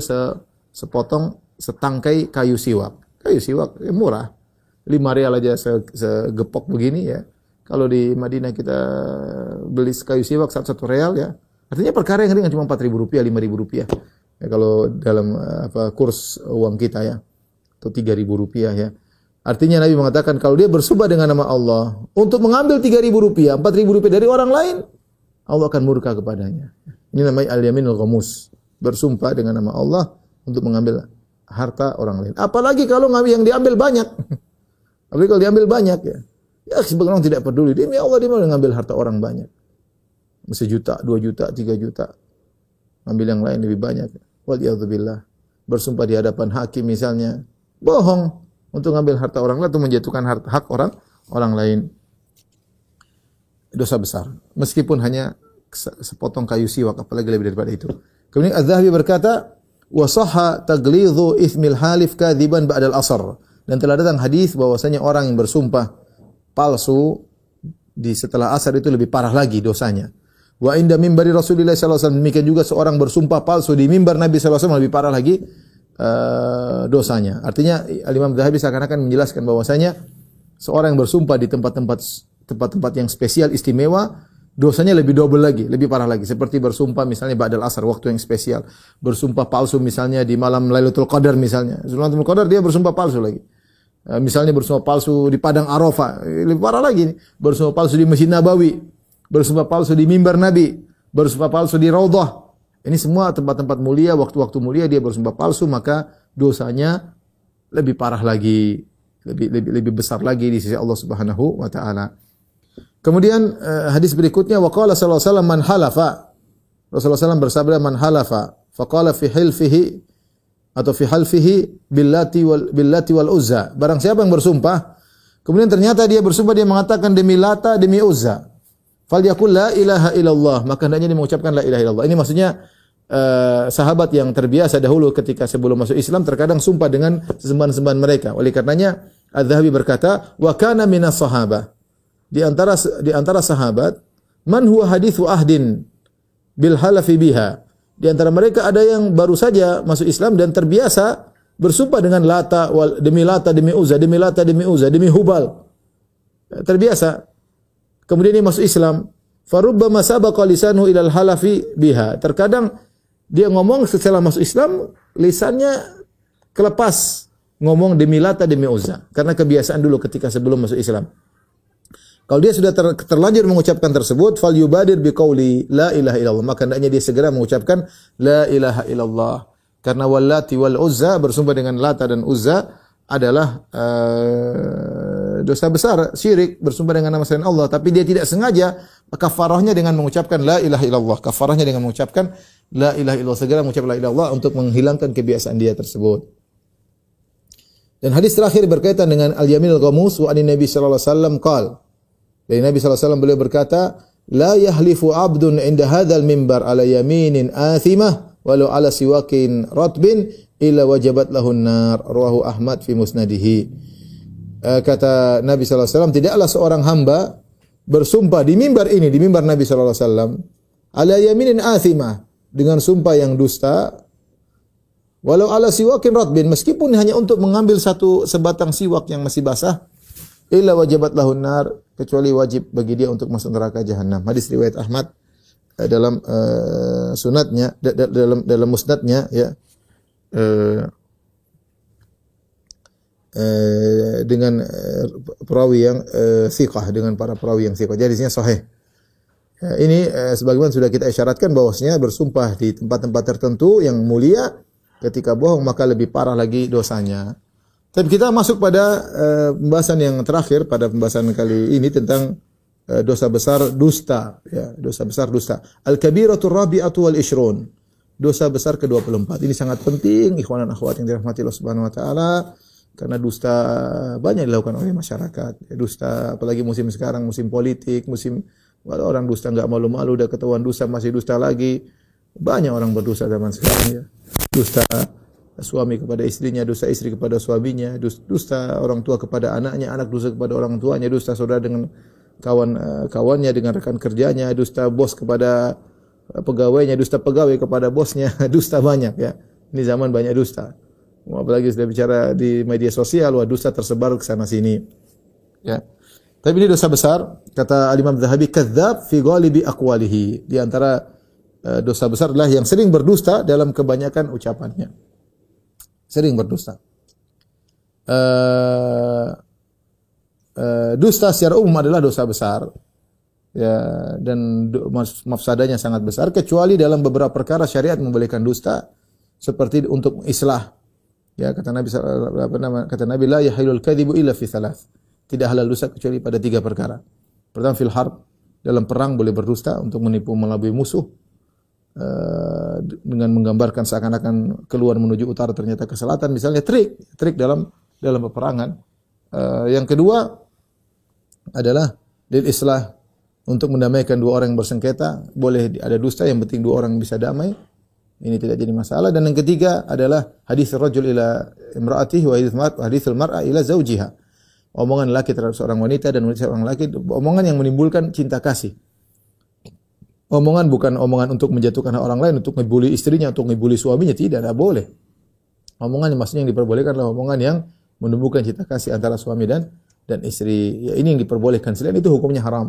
Speaker 2: setangkai kayu siwak. Kayu siwak murah. 5 rial aja segepok begini ya. Kalau di Madinah kita beli kayu siwak 1 rial ya. Artinya perkara yang ringan cuma 4.000 rupiah, 5.000 rupiah. Ya, kalau dalam kurs uang kita ya. Atau 3.000 rupiah ya. Artinya Nabi mengatakan kalau dia bersumpah dengan nama Allah untuk mengambil 3.000 rupiah, 4.000 rupiah dari orang lain, Allah akan murka kepadanya. Ini namanya al-yaminul ghamus. Bersumpah dengan nama Allah untuk mengambil harta orang lain. Apalagi kalau yang diambil banyak. Apalagi kalau diambil banyak ya. Ya sebagian orang tidak peduli. Demi Allah dia mau ngambil harta orang banyak. 1 juta, 2 juta, 3 juta. Ambil yang lain lebih banyak. Waliyadzubillah. Bersumpah di hadapan hakim misalnya. Bohong untuk ngambil harta orang lain atau menjatuhkan hak orang lain. Dosa besar. Meskipun hanya sepotong kayu siwak, apalagi lebih daripada itu. Kemudian Az-Zahabi berkata, wa sahha taglidhu ithmil halif kadziban ba'dal asr. Dan telah datang hadis bahwasanya orang yang bersumpah palsu setelah asar itu lebih parah lagi dosanya. Wa inda mimbari Rasulullah sallallahu alaihi wasallam, demikian juga seorang bersumpah palsu di mimbar Nabi sallallahu alaihi wasallam lebih parah lagi dosanya. Artinya Al-Imam Zahabi seakan-akan menjelaskan bahwasanya seorang yang bersumpah di tempat-tempat yang spesial istimewa, dosanya lebih double lagi, lebih parah lagi. Seperti bersumpah misalnya ba'dal asar, waktu yang spesial. Bersumpah palsu misalnya di malam Lailatul Qadar misalnya. Lailatul Qadar dia bersumpah palsu lagi. Misalnya bersumpah palsu di Padang Arafah, lebih parah lagi. Bersumpah palsu di Masjid Nabawi, bersumpah palsu di mimbar Nabi, bersumpah palsu di Raudhah. Ini semua tempat-tempat mulia, waktu-waktu mulia dia bersumpah palsu, maka dosanya lebih parah lagi, lebih besar lagi di sisi Allah Subhanahu wa taala. Kemudian hadis berikutnya, waqala sallallahu alaihi wasallam man halafa. Rasulullah SAW bersabda man halafa, faqala fi hilfihi atau fi halfihi billati wal uzza. Barang siapa yang bersumpah, kemudian ternyata dia bersumpah, dia mengatakan demi Lata, demi Uzza. Falyaqul la ilaha illallah, maka hendaknya dia mengucapkan la ilaha illallah. Ini maksudnya sahabat yang terbiasa dahulu ketika sebelum masuk Islam terkadang sumpah dengan sesembahan-sembahan mereka. Oleh karenanya Az-Zahabi berkata, wa kana minas sahabah. Di antara sahabat, man huwa hadithu ahdin bil halafi biha. Di antara mereka ada yang baru saja masuk Islam dan terbiasa bersumpah dengan Lata, demi Lata, demi Uzza, demi Lata, demi Uzza, demi Hubal. Terbiasa. Kemudian dia masuk Islam. Farubbama sabaqa lisanuhu ilal halafi biha. Terkadang dia ngomong setelah masuk Islam, lisannya kelepas ngomong demi Lata, demi Uzza. Karena kebiasaan dulu ketika sebelum masuk Islam. Kalau dia sudah terlanjur mengucapkan tersebut, fal yubadir biqauli la ilaha illallah, maka hendaknya dia segera mengucapkan la ilaha illallah. Karena wallati wal uzza, bersumpah dengan Lata dan Uzza adalah dosa besar, syirik, bersumpah dengan nama selain Allah, tapi dia tidak sengaja, kafarahnya dengan mengucapkan la ilaha illallah. Kafarahnya dengan mengucapkan la ilaha illallah, segera mengucapkan la ilaha illallah untuk menghilangkan kebiasaan dia tersebut. Dan hadis terakhir berkaitan dengan al-yaminul ghamus, wa anin Nabi sallallahu alaihi wasallam qala, dari Nabi SAW beliau berkata, la yahlifu abdun inda hadzal mimbar ala yaminin athimah walau ala siwakin ratbin illa wajabat lahun nar, rawahu Ahmad fi musnadihi. Kata Nabi SAW, tidaklah seorang hamba bersumpah di mimbar ini, di mimbar Nabi SAW, ala yaminin athimah, dengan sumpah yang dusta, walau ala siwakin ratbin, meskipun hanya untuk mengambil satu sebatang siwak yang masih basah, illa wajabat lahun nar, kecuali wajib bagi dia untuk masuk neraka jahanam. Hadis riwayat Ahmad dalam sunatnya, dalam musnadnya, ya, dengan perawi yang thiqah, dengan para perawi yang thiqah. Jadi hadisnya sahih. Ini sebagaimana sudah kita isyaratkan bahwasanya bersumpah di tempat-tempat tertentu yang mulia, ketika bohong maka lebih parah lagi dosanya. Tapi kita masuk pada pembahasan yang terakhir pada pembahasan kali ini tentang dosa besar dusta, ya, dosa besar dusta. Al-kabiratur rabi'atu wal ishrun. Dosa besar ke-24. Ini sangat penting ikhwan dan akhwat yang dirahmati Allah Subhanahu wa taala, karena dusta banyak dilakukan oleh masyarakat. Dusta apalagi musim sekarang, musim politik, musim kalau orang dusta enggak malu-malu, udah ketahuan dusta masih dusta lagi. Banyak orang berdusta zaman sekarang, ya. Dusta suami kepada istrinya, dusta istri kepada suaminya, dusta orang tua kepada anaknya, anak dusta kepada orang tuanya, dusta saudara dengan kawannya, dengan rekan kerjanya, dusta bos kepada pegawainya, dusta pegawai kepada bosnya, dusta banyak, ya. Ini zaman banyak dusta. Apalagi sudah bicara di media sosial, wah dusta tersebar ke sana sini. Ya. Tapi ini dosa besar, kata Al-Imam Zahabi, kadzdzab fi ghalibi aqwalihi. Di antara dosa besar adalah yang sering berdusta dalam kebanyakan ucapannya. Sering berdusta. Dusta secara umum adalah dosa besar, ya, dan mafsadanya sangat besar, kecuali dalam beberapa perkara syariat membolehkan dusta, seperti untuk islah. Ya, kata Nabi la yahilul kadzibu illa fi thalath. Tidak halal dusta kecuali pada 3 perkara. Pertama, fil harb, dalam perang boleh berdusta untuk menipu melabui musuh. Dengan menggambarkan seakan-akan keluar menuju utara ternyata ke selatan, misalnya trik dalam peperangan. Yang kedua adalah lil islah, untuk mendamaikan 2 orang yang bersengketa, boleh ada dusta, yang penting 2 orang bisa damai, ini tidak jadi masalah. Dan yang ketiga adalah hadis rajul ila imraatihi wa hadithul mar'a ila zawjiha, omongan laki terhadap seorang wanita dan wanita seorang laki, omongan yang menimbulkan cinta kasih. Omongan bukan omongan untuk menjatuhkan hak orang lain, untuk ngebully istrinya, untuk ngebully suaminya, tidak boleh. Omongan yang maksudnya yang diperbolehkan adalah omongan yang menumbuhkan cinta kasih antara suami dan istri. Ya, ini yang diperbolehkan. Selain itu hukumnya haram.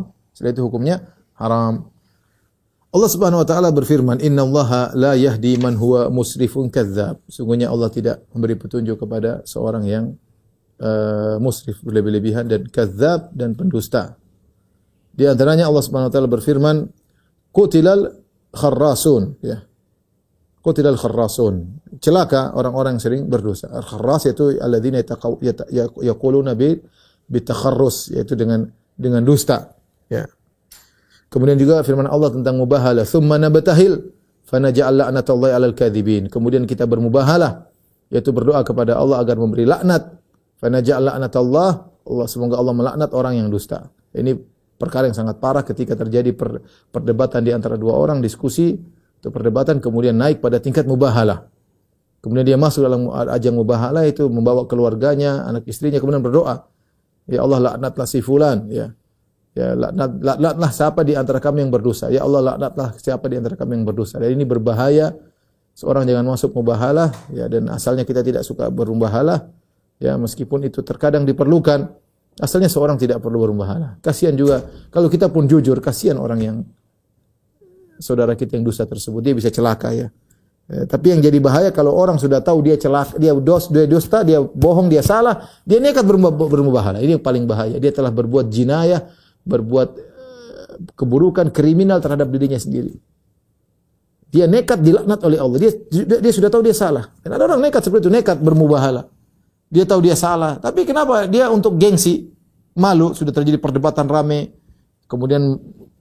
Speaker 2: Allah Subhanahu wa taala berfirman, "Innallaha la yahdi man huwa musrifun kadzdzab." Sungguhnya Allah tidak memberi petunjuk kepada seorang yang musrif, berlebih-lebihan, dan kadzdzab, dan pendusta. Di antaranya Allah Subhanahu wa taala berfirman, Qutilal kharrasun, ya. Qutilal kharrasun. Celaka orang-orang yang sering berdosa. Al-kharras yaitu alladzina yaquluna bitakharrus, yaitu dengan dusta, ya. Kemudian juga firman Allah tentang mubahalah, tsumma nabtahil fanaj'al la'natallahi 'alal kadzibin. Kemudian kita bermubahalah, yaitu berdoa kepada Allah agar memberi laknat. Fanaj'al la'natallah, semoga Allah melaknat orang yang dusta. Ini perkara yang sangat parah ketika terjadi perdebatan di antara 2 orang, diskusi atau perdebatan, kemudian naik pada tingkat mubahalah. Kemudian dia masuk dalam ajang mubahalah itu, membawa keluarganya, anak istrinya, kemudian berdoa, ya Allah laknatlah si fulan, ya. Ya, laknatlah siapa di antara kami yang berdosa. Ya Allah, laknatlah siapa di antara kami yang berdosa. Dan ini berbahaya. Seorang jangan masuk mubahalah, ya, dan asalnya kita tidak suka bermubahalah, ya, meskipun itu terkadang diperlukan. Asalnya seorang tidak perlu bermubahalah. Kasihan juga kalau kita pun jujur, kasihan orang yang saudara kita yang dusta tersebut, dia bisa celaka, ya. Tapi yang jadi bahaya kalau orang sudah tahu dia celaka, dia dusta, dia bohong, dia salah, dia nekat bermubahalah. Ini yang paling bahaya. Dia telah berbuat jinayah, berbuat keburukan, kriminal terhadap dirinya sendiri. Dia nekat dilaknat oleh Allah. Dia sudah tahu dia salah. Dan ada orang nekat seperti itu, nekat bermubahalah. Dia tahu dia salah, tapi kenapa? Dia untuk gengsi, malu, sudah terjadi perdebatan rame. Kemudian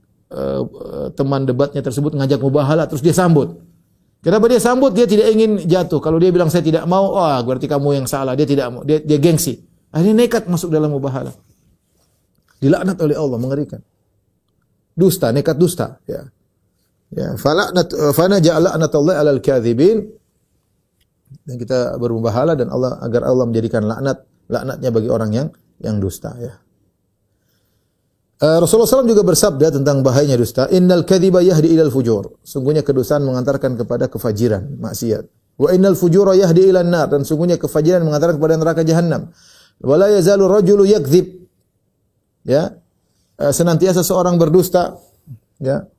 Speaker 2: teman debatnya tersebut ngajak mubahalah, terus dia sambut. Kenapa dia sambut? Dia tidak ingin jatuh. Kalau dia bilang saya tidak mau, wah, berarti kamu yang salah. Dia tidak mau. Dia gengsi. Akhirnya nekat masuk dalam mubahalah. Dilaknat oleh Allah, mengerikan. Dusta, nekat dusta, ya. Ya, fana ja'ala anatallahi 'alal kadzibin. Dan kita bermubahalah dan Allah agar Allah menjadikan laknatnya bagi orang yang dusta, ya. Rasulullah SAW juga bersabda tentang bahayanya dusta, innal kadziba yahdi ilal fujur. Sungguhnya kedustaan mengantarkan kepada kefajiran, maksiat. Wa innal fujura yahdi ilan nar, dan sungguhnya kefajiran mengantarkan kepada neraka jahanam. Wa la yazalu rajulu yakdzib. Ya. Senantiasa seorang berdusta, ya.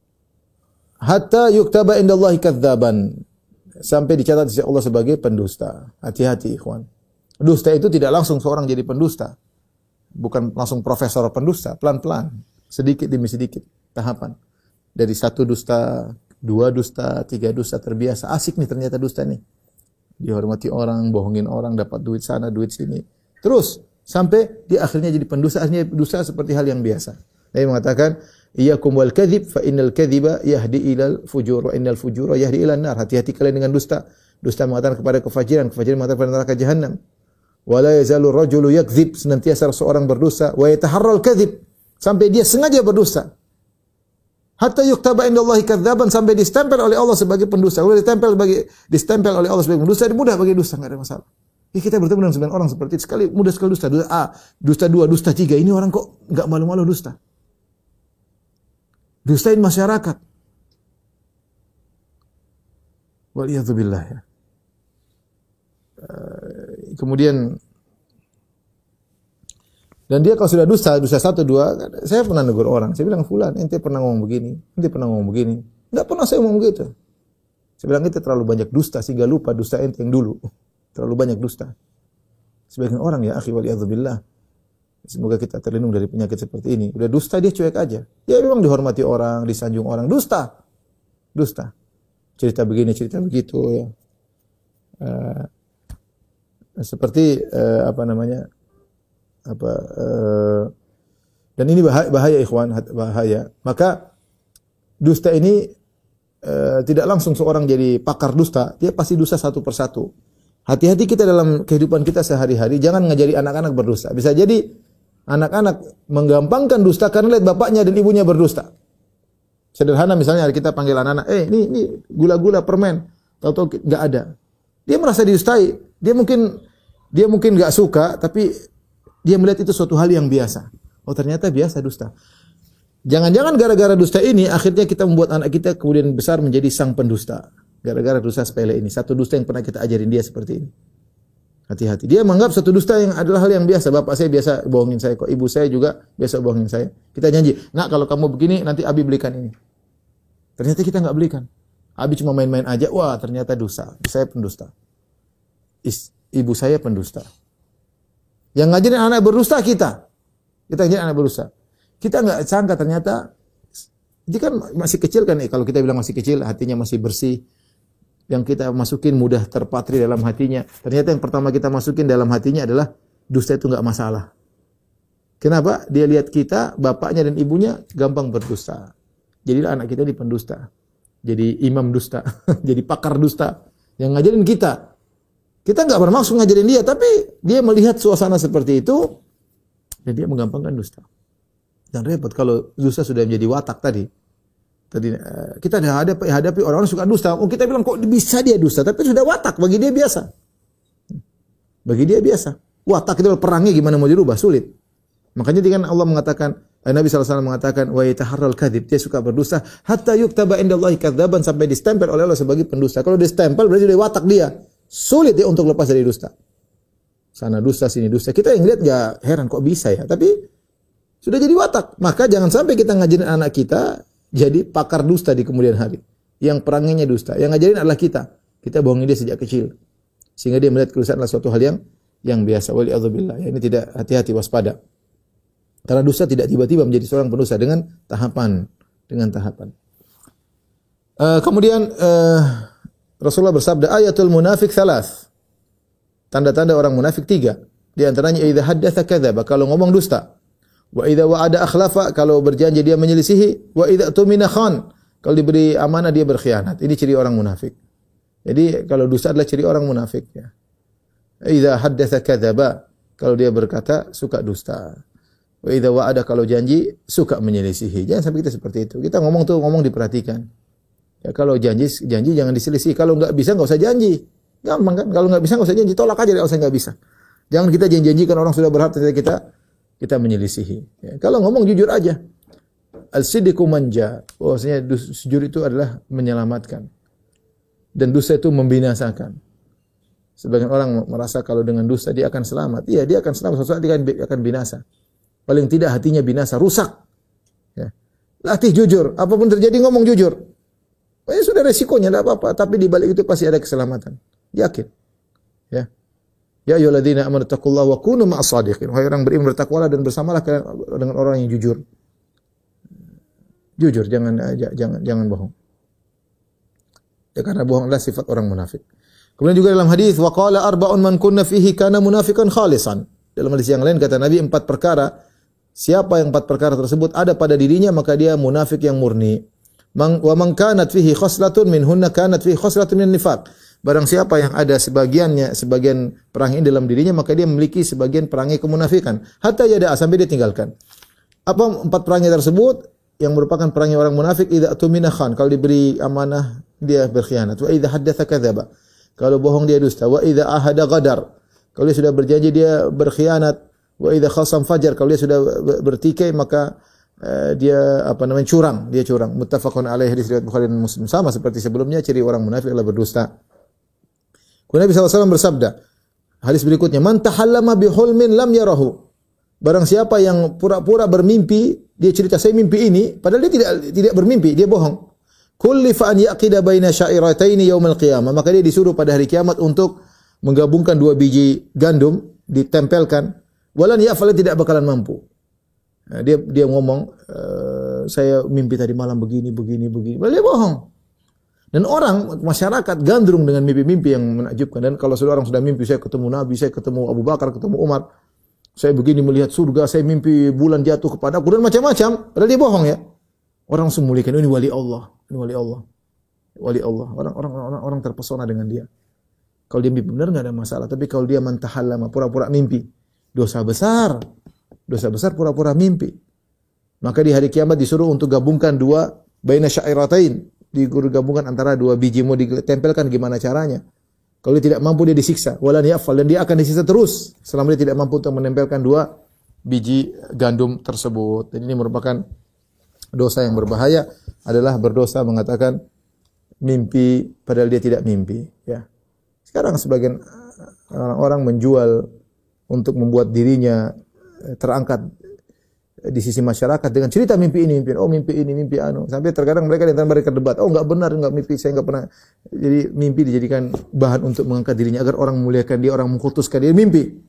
Speaker 2: Hatta yuktaba indallahi kadzaban, sampai dicatat di sisi Allah sebagai pendusta. Hati-hati, ikhwan. Dusta itu tidak langsung seorang jadi pendusta. Bukan langsung profesor pendusta, pelan-pelan, sedikit demi sedikit, tahapan. Dari 1 dusta, 2 dusta, 3 dusta, terbiasa. Asik nih ternyata dusta nih. Dihormati orang, bohongin orang, dapat duit sana, duit sini. Terus sampai di akhirnya jadi pendusta, akhirnya dusta seperti hal yang biasa. Nabi mengatakan, iyyakum wal kadzib fa innal kadziba yahdi ilal fujur wa innal fujura yahdi ilan nar. Hati-hati kalian dengan dusta. Dusta mengantarkan kepada kefajiran, kefajiran mengantarkan kepada neraka jahanam. Wa la yazalu rajulu yakdzib, senantiasa seorang berdusta, wa yataharral kadzib, sampai dia sengaja berdusta. Hatta yuktaba indallahi kadzaban, sampai distempel oleh Allah sebagai pendusta. Kalau distempel oleh Allah sebagai pendusta, mudah bagi dusta, enggak ada masalah. Ya, kita bertemu dengan 9 orang seperti itu, mudah sekali dusta. Dusta A, dusta 2, dusta 3. Ini orang kok enggak malu-malu dusta. Dustain masyarakat. Waliyadzubillah, ya. Kemudian dan dia kalau sudah dusta 1, 2, saya pernah negur orang. Saya bilang, "Fulan, ente pernah ngomong begini, ente pernah ngomong begini." Enggak pernah saya ngomong begitu. Saya bilang, "Ente terlalu banyak dusta sehingga lupa dusta ente yang dulu." Terlalu banyak dusta. Sebagian orang, ya akhi, waliyadzubillah. Semoga kita terlindung dari penyakit seperti ini. Udah dusta dia cuek aja. Ya memang dihormati orang, disanjung orang, dusta. Dusta. Cerita begini, cerita begitu, ya. Seperti dan ini bahaya ikhwan, bahaya. Maka dusta ini tidak langsung seorang jadi pakar dusta, dia pasti dusta satu persatu. Hati-hati kita dalam kehidupan kita sehari-hari, jangan ngajari anak-anak berdusta. Bisa jadi anak-anak menggampangkan dusta karena lihat bapaknya dan ibunya berdusta. Sederhana misalnya kita panggil anak-anak, ini gula-gula permen, tahu-tahu enggak ada. Dia merasa didustai. Dia mungkin enggak suka, tapi dia melihat itu suatu hal yang biasa. Oh, ternyata biasa dusta. Jangan-jangan gara-gara dusta ini akhirnya kita membuat anak kita kemudian besar menjadi sang pendusta. Gara-gara dosa sepele ini, satu dusta yang pernah kita ajarin dia seperti ini. Hati-hati. Dia menganggap satu dusta yang adalah hal yang biasa. Bapak saya biasa bohongin saya kok. Ibu saya juga biasa bohongin saya. Kita janji, "Nak, kalau kamu begini nanti Abi belikan ini." Ternyata kita enggak belikan. Abi cuma main-main aja. Wah, ternyata dosa. Saya pendusta. Ibu saya pendusta. Yang ngajarin anak berdusta kita. Kita ngajarin anak berdusta. Kita enggak sangka ternyata dia kan masih kecil kan. Kalau kita bilang masih kecil, hatinya masih bersih. Yang kita masukin mudah terpatri dalam hatinya. Ternyata yang pertama kita masukin dalam hatinya adalah dusta itu enggak masalah. Kenapa? Dia lihat kita, bapaknya dan ibunya gampang berdusta. Jadilah anak kita di pendusta. Jadi imam dusta, jadi pakar dusta yang ngajarin kita. Kita enggak bermaksud ngajarin dia, tapi dia melihat suasana seperti itu dan dia menggampangkan dusta. Dan repot kalau dusta sudah menjadi watak tadi. Kita hadapi orang-orang suka dusta. Oh, kita bilang kok bisa dia dusta, tapi sudah watak, bagi dia biasa. Bagi dia biasa. Watak itu perangnya gimana mau dirubah, sulit. Makanya dengan Allah mengatakan, Nabi SAW mengatakan, wa yataharral kadhib, dia suka berdusta, hatta yuktaba indallahi kadzaban, sampai distempel oleh Allah sebagai pendusta. Kalau distempel berarti dia watak dia. Sulit dia untuk lepas dari dusta. Sana dusta, sini dusta. Kita yang lihat enggak heran kok bisa ya, tapi sudah jadi watak. Maka jangan sampai kita ngajarin anak kita jadi pakar dusta di kemudian hari. Yang peranginya dusta. Yang ngajarin adalah kita. Kita bohongin dia sejak kecil. Sehingga dia melihat kedustaan adalah suatu hal yang biasa. Waliyadzubillah. Ya, ini tidak hati-hati, waspada. Karena dusta tidak tiba-tiba menjadi seorang pendusta dengan tahapan. Kemudian Rasulullah bersabda, ayatul munafik thalath. Tanda-tanda orang munafik 3. Di antaranya idza haddatsa kadzaba, kalau ngomong dusta. Wa idza wa'ada akhlafa, kalau berjanji dia menyelisihi. Wa idza tumina khan, kalau diberi amanah dia berkhianat. Ini ciri orang munafik. Jadi kalau dusta adalah ciri orang munafik ya. Idza haddatsa kadzaba, kalau dia berkata suka dusta. Wa idza wa'ada, kalau janji suka menyelisihi. Jangan sampai kita seperti itu. Kita ngomong diperhatikan. Ya, kalau janji jangan diselisih. Kalau enggak bisa enggak usah janji. Gampang kan? Kalau enggak bisa enggak usah janji, tolak aja kalau saya enggak bisa. Jangan kita janji-janjikan orang sudah berharap kita menyelisihi. Ya, kalau ngomong jujur aja. Al-sidqu manja. Bahwasanya jujur itu adalah menyelamatkan. Dan dusta itu membinasakan. Sebagian orang merasa kalau dengan dusta dia akan selamat. Iya, dia akan selamat, suatu saat dia akan binasa. Paling tidak hatinya binasa, rusak. Ya. Latih jujur, apapun terjadi ngomong jujur. Sudah resikonya, tidak apa-apa. Tapi di balik itu pasti ada keselamatan. Yakin. Ya. Ya ayyuhalladzina amanu taqullaha wa kunu ma'as shadiqin. Wahai orang beriman, bertakwalah dan bersamalah dengan orang yang jujur. Jujur, jangan bohong. Ya, karena bohong adalah sifat orang munafik. Kemudian juga dalam hadis wa qala arba'un man kunna fihi kana munafiqan khalisan. Dalam hadis yang lain kata Nabi 4 perkara, siapa yang 4 perkara tersebut ada pada dirinya maka dia munafik yang murni. Wa man kanat fihi khoslatun minhunna kanat fihi khoslatun min nifaq. Barang siapa yang ada sebagian perangai dalam dirinya maka dia memiliki sebagian perangai kemunafikan. Hatta yada, sampai dia tinggalkan. Apa 4 perangai tersebut? Yang merupakan perangai orang munafik, idza tumina khan, kalau diberi amanah dia berkhianat. Wa idza haddatsa kadzaba, kalau bohong dia dusta. Wa idza ahada ghadar, kalau dia sudah berjanji dia berkhianat. Wa idza khasam fajar, kalau dia sudah bertikai maka dia curang, Muttafaqun alaihi, hadis riwayat Bukhari dan Muslim. Sama seperti sebelumnya, ciri orang munafik adalah berdusta. Kemudian Nabi SAW bersabda, hadis berikutnya, man tahallama bihulmin lam yarahu. Barang siapa yang pura-pura bermimpi, dia cerita saya mimpi ini, padahal dia tidak bermimpi, dia bohong. Kullifa an yaqida baina sya'irataini yaumil qiyamah, maka dia disuruh pada hari kiamat untuk menggabungkan 2 biji gandum, ditempelkan. Walan ya'fal, tidak bakalan mampu. Nah, dia ngomong, saya mimpi tadi malam begini. Padahal dia bohong. Dan orang, masyarakat gandrung dengan mimpi-mimpi yang menakjubkan. Dan kalau orang sudah mimpi, saya ketemu Nabi, saya ketemu Abu Bakar, ketemu Umar, saya begini melihat surga, saya mimpi bulan jatuh kepada aku, dan macam-macam. Padahal dia bohong ya. Orang langsung muliakan, ini wali Allah. Orang terpesona dengan dia. Kalau dia mimpi benar enggak ada masalah, tapi kalau dia mantahallama, pura-pura mimpi, dosa besar pura-pura mimpi. Maka di hari kiamat disuruh untuk gabungkan 2 baina syairatain, digabungkan antara 2 biji, mau ditempelkan gimana caranya? Kalau dia tidak mampu dia disiksa, walan ya'fal, dan dia akan disiksa terus selama dia tidak mampu untuk menempelkan 2 biji gandum tersebut. Dan ini merupakan dosa yang berbahaya, adalah berdosa mengatakan mimpi padahal dia tidak mimpi, ya. Sekarang sebagian orang menjual untuk membuat dirinya terangkat di sisi masyarakat dengan cerita mimpi ini, mimpi anu. Sampai terkadang mereka di antara mereka debat, enggak benar, enggak mimpi, saya enggak pernah. Jadi mimpi dijadikan bahan untuk mengangkat dirinya agar orang memuliakan dia, orang mengkultuskan dia, mimpi.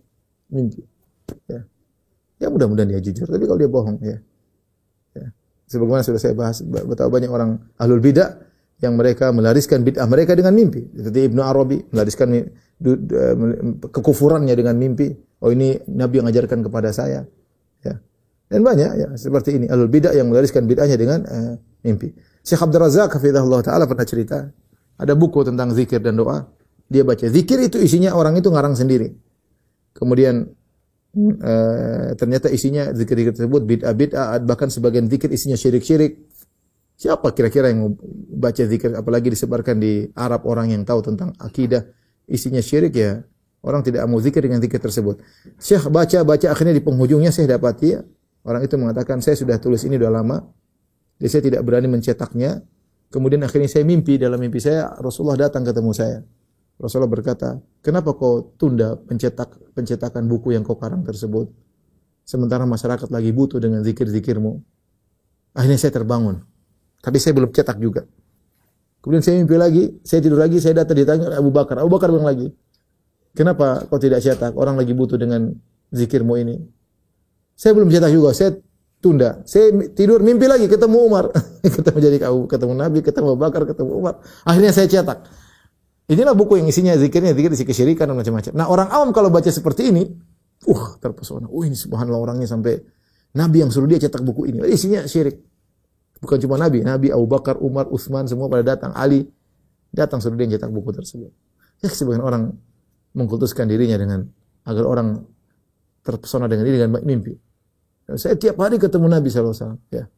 Speaker 2: Ya. Ya mudah-mudahan dia jujur, tapi kalau dia bohong ya. Sebagaimana sudah saya bahas, betapa banyak orang ahlul bidah yang mereka melariskan bid'ah mereka dengan mimpi. Seperti Ibnu Arabi melariskan kekufurannya dengan mimpi. Oh, ini Nabi yang ajarkan kepada saya. Ya. Dan banyak ya seperti ini, ahlul bidah yang melariskan bid'ahnya dengan mimpi. Syekh Abdul Razak hafizahullah taala pernah cerita, ada buku tentang zikir dan doa. Dia baca zikir itu isinya orang itu ngarang sendiri. Kemudian ternyata isinya zikir-zikir tersebut bid'ah, bahkan sebagian zikir isinya syirik-syirik. Siapa kira-kira yang baca zikir apalagi disebarkan di Arab, orang yang tahu tentang akidah isinya syirik, ya Orang tidak mau zikir dengan zikir tersebut. Syekh baca akhirnya di penghujungnya saya dapati orang itu mengatakan saya sudah tulis ini sudah lama. Jadi saya tidak berani mencetaknya. Kemudian akhirnya saya mimpi, dalam mimpi saya Rasulullah datang ketemu saya. Rasulullah berkata, "Kenapa kau tunda pencetakan buku yang kau karang tersebut? Sementara masyarakat lagi butuh dengan zikir-zikirmu." Akhirnya saya terbangun. Tapi saya belum cetak juga. Kemudian saya mimpi lagi, saya tidur lagi, saya datang ditanya Abu Bakar. Abu Bakar bilang lagi, "Kenapa kau tidak cetak? Orang lagi butuh dengan zikirmu ini." Saya belum cetak juga, saya tunda. Saya tidur mimpi lagi ketemu Umar. ketemu Nabi, ketemu Abu Bakar, ketemu Umar. Akhirnya saya cetak. Inilah buku yang isinya zikirnya, zikir isi kesyirikan dan macam-macam. Nah, orang awam kalau baca seperti ini, terpesona. Ini subhanallah orangnya sampai Nabi yang suruh dia cetak buku ini. Isinya syirik. Bukan cuma Nabi, Abu Bakar, Umar, Utsman semua pada datang, Ali datang suruh dia cetak buku tersebut. Ya, sebagian orang mengkultuskan dirinya dengan agar orang terpesona dengan diri dengan mimpi. Saya tiap hari ketemu Nabi SAW. Ya.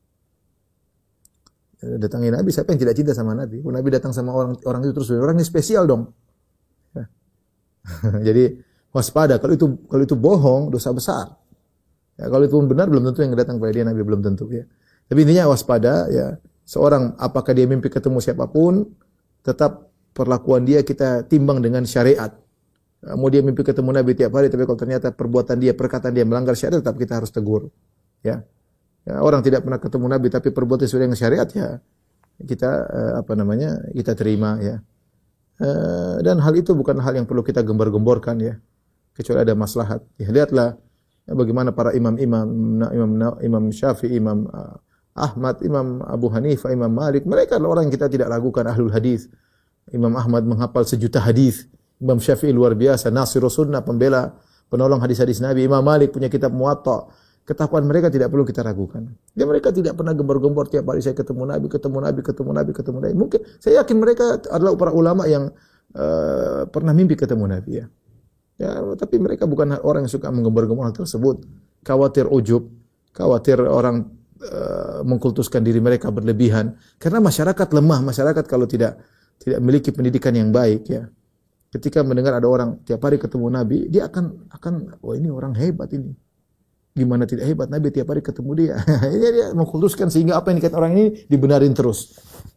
Speaker 2: Datangi Nabi, siapa yang tidak cinta sama Nabi? Nabi datang sama orang itu terus, orang ini spesial dong. Ya. Jadi waspada, kalau itu bohong, dosa besar. Ya, kalau itu benar, belum tentu yang datang kepada dia Nabi, belum tentu. Ya. Tapi intinya waspada, ya. Seorang apakah dia mimpi ketemu siapapun, tetap perlakuan dia kita timbang dengan syariat. Mau dia mimpi ketemu Nabi tiap hari, tapi kalau ternyata perbuatan dia, perkataan dia melanggar syariat, tetap kita harus tegur. Ya. Orang tidak pernah ketemu Nabi, tapi perbuatan sesuai dengan syariat, ya kita kita terima, ya. Dan hal itu bukan hal yang perlu kita gembar-gemborkan, ya. Kecuali ada maslahat. Ya, lihatlah bagaimana para imam Syafi'i, Imam Ahmad, Imam Abu Hanifah, Imam Malik, mereka adalah orang yang kita tidak ragukan ahlul hadis. Imam Ahmad menghafal 1.000.000 hadis. Imam Syafi'i luar biasa, Nasirus Sunnah, pembela, penolong hadis-hadis Nabi. Imam Malik punya kitab Muwatta. Ketakwaan mereka tidak perlu kita ragukan. Ya, mereka tidak pernah gembar-gembor tiap hari saya ketemu Nabi. Mungkin saya yakin mereka adalah para ulama yang pernah mimpi ketemu Nabi, ya. Ya, tapi mereka bukan orang yang suka menggembar-gembor hal tersebut. Khawatir ujub, khawatir orang mengkultuskan diri mereka berlebihan. Karena masyarakat lemah, masyarakat kalau tidak memiliki pendidikan yang baik, ya. Ketika mendengar ada orang tiap hari ketemu Nabi, dia akan ini orang hebat ini. Gimana tidak hebat, Nabi tiap hari ketemu dia. Dia mengkultuskan sehingga apa yang dikatakan orang ini dibenarin terus.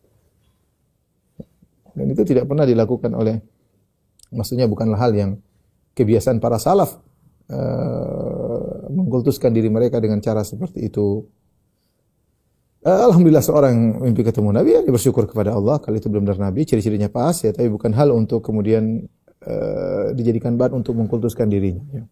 Speaker 2: Dan itu tidak pernah dilakukan maksudnya bukanlah hal yang kebiasaan para salaf mengkultuskan diri mereka dengan cara seperti itu. Alhamdulillah seorang mimpi ketemu Nabi, ya, dia bersyukur kepada Allah kalau itu benar-benar Nabi, ciri-cirinya pas, ya, tapi bukan hal untuk kemudian dijadikan bahan untuk mengkultuskan dirinya. Ya.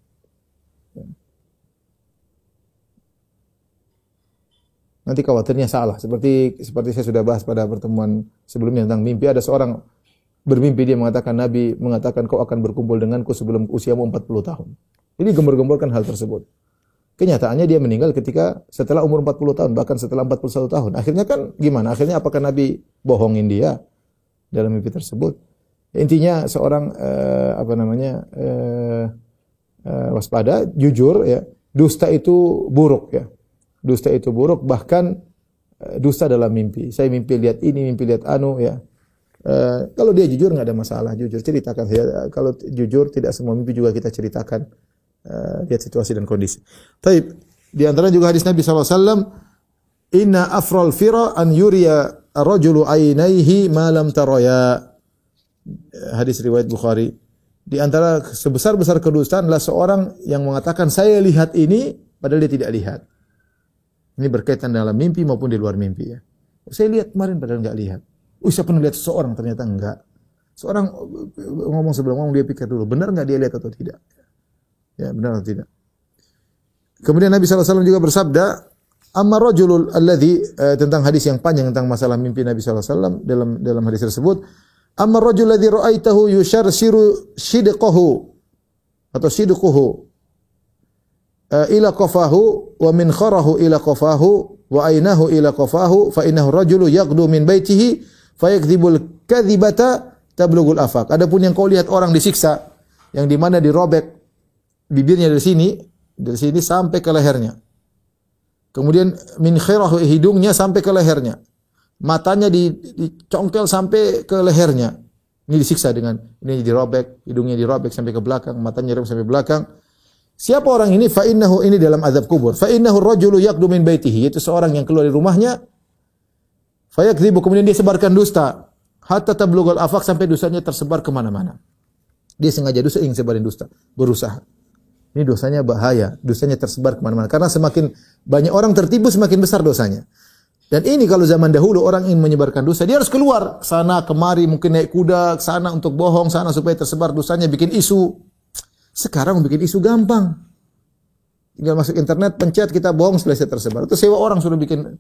Speaker 2: Nanti khawatirnya salah. Seperti saya sudah bahas pada pertemuan sebelumnya tentang mimpi. Ada seorang bermimpi, dia mengatakan Nabi mengatakan kau akan berkumpul denganku sebelum usiamu 40 tahun. Jadi gembor-gemborkan hal tersebut. Kenyataannya dia meninggal setelah umur 40 tahun, bahkan setelah 41 tahun. Akhirnya kan gimana? Akhirnya apakah Nabi bohongin dia dalam mimpi tersebut? Intinya seorang waspada, jujur, ya. Dusta itu buruk, ya. Dusta itu buruk, bahkan dusta dalam mimpi. Saya mimpi lihat ini, mimpi lihat ya. Kalau dia jujur nggak ada masalah, jujur ceritakan saja. Kalau jujur tidak semua mimpi juga kita ceritakan. Lihat situasi dan kondisi. Taib. Di antara juga hadis Nabi SAW, Inna afral fira an yuriya ar-rajulu aynaihi ma lam taraya. Hadis riwayat Bukhari. Di antara sebesar-besar kedustaan adalah seorang yang mengatakan saya lihat ini padahal dia tidak lihat. Ini berkaitan dalam mimpi maupun di luar mimpi, ya. Saya lihat kemarin padahal enggak lihat. Saya pernah lihat seseorang ternyata enggak. Seorang ngomong sebelum ngomong dia pikir dulu, benar enggak dia lihat atau tidak? Ya, benar atau tidak? Kemudian Nabi SAW juga bersabda, amma rajulul alladhi, tentang hadis yang panjang tentang masalah mimpi Nabi SAW dalam hadis tersebut, amma rajul alladhi ra'aitahu yusharsiru shidqahu atau shidquhu ila qafahu wa min kharahu ila qafahu wa ainahu ila qafahu fa innahu rajulu yaghdu min baitihi fayakdzibul kadzibata tablughul afaq. Adapun yang kau lihat orang disiksa yang di mana dirobek bibirnya dari sini sampai ke lehernya. Kemudian min khirahu, hidungnya sampai ke lehernya. Matanya dicongkel sampai ke lehernya. Ini disiksa dengan ini dirobek, hidungnya dirobek sampai ke belakang, matanya dirobek sampai belakang. Siapa orang ini? Fa innahu, ini dalam azab kubur. Fa innahu rajulu yaqdu min baitihi, yaitu seorang yang keluar dari rumahnya, fa yakdzibu, kemudian dia sebarkan dusta, hatta tablughal afaq, sampai dosanya tersebar kemana mana. Dia sengaja dosa, ingin sebarin dusta, berusaha. Ini dosanya bahaya, dosanya tersebar kemana mana. Karena semakin banyak orang tertipu, semakin besar dosanya. Dan ini kalau zaman dahulu orang ingin menyebarkan dosa, dia harus keluar sana kemari, mungkin naik kuda sana untuk bohong sana supaya tersebar dosanya, bikin isu. Sekarang bikin isu gampang. Tinggal masuk internet, pencet, kita bohong, selesai tersebar. Itu sewa orang suruh bikin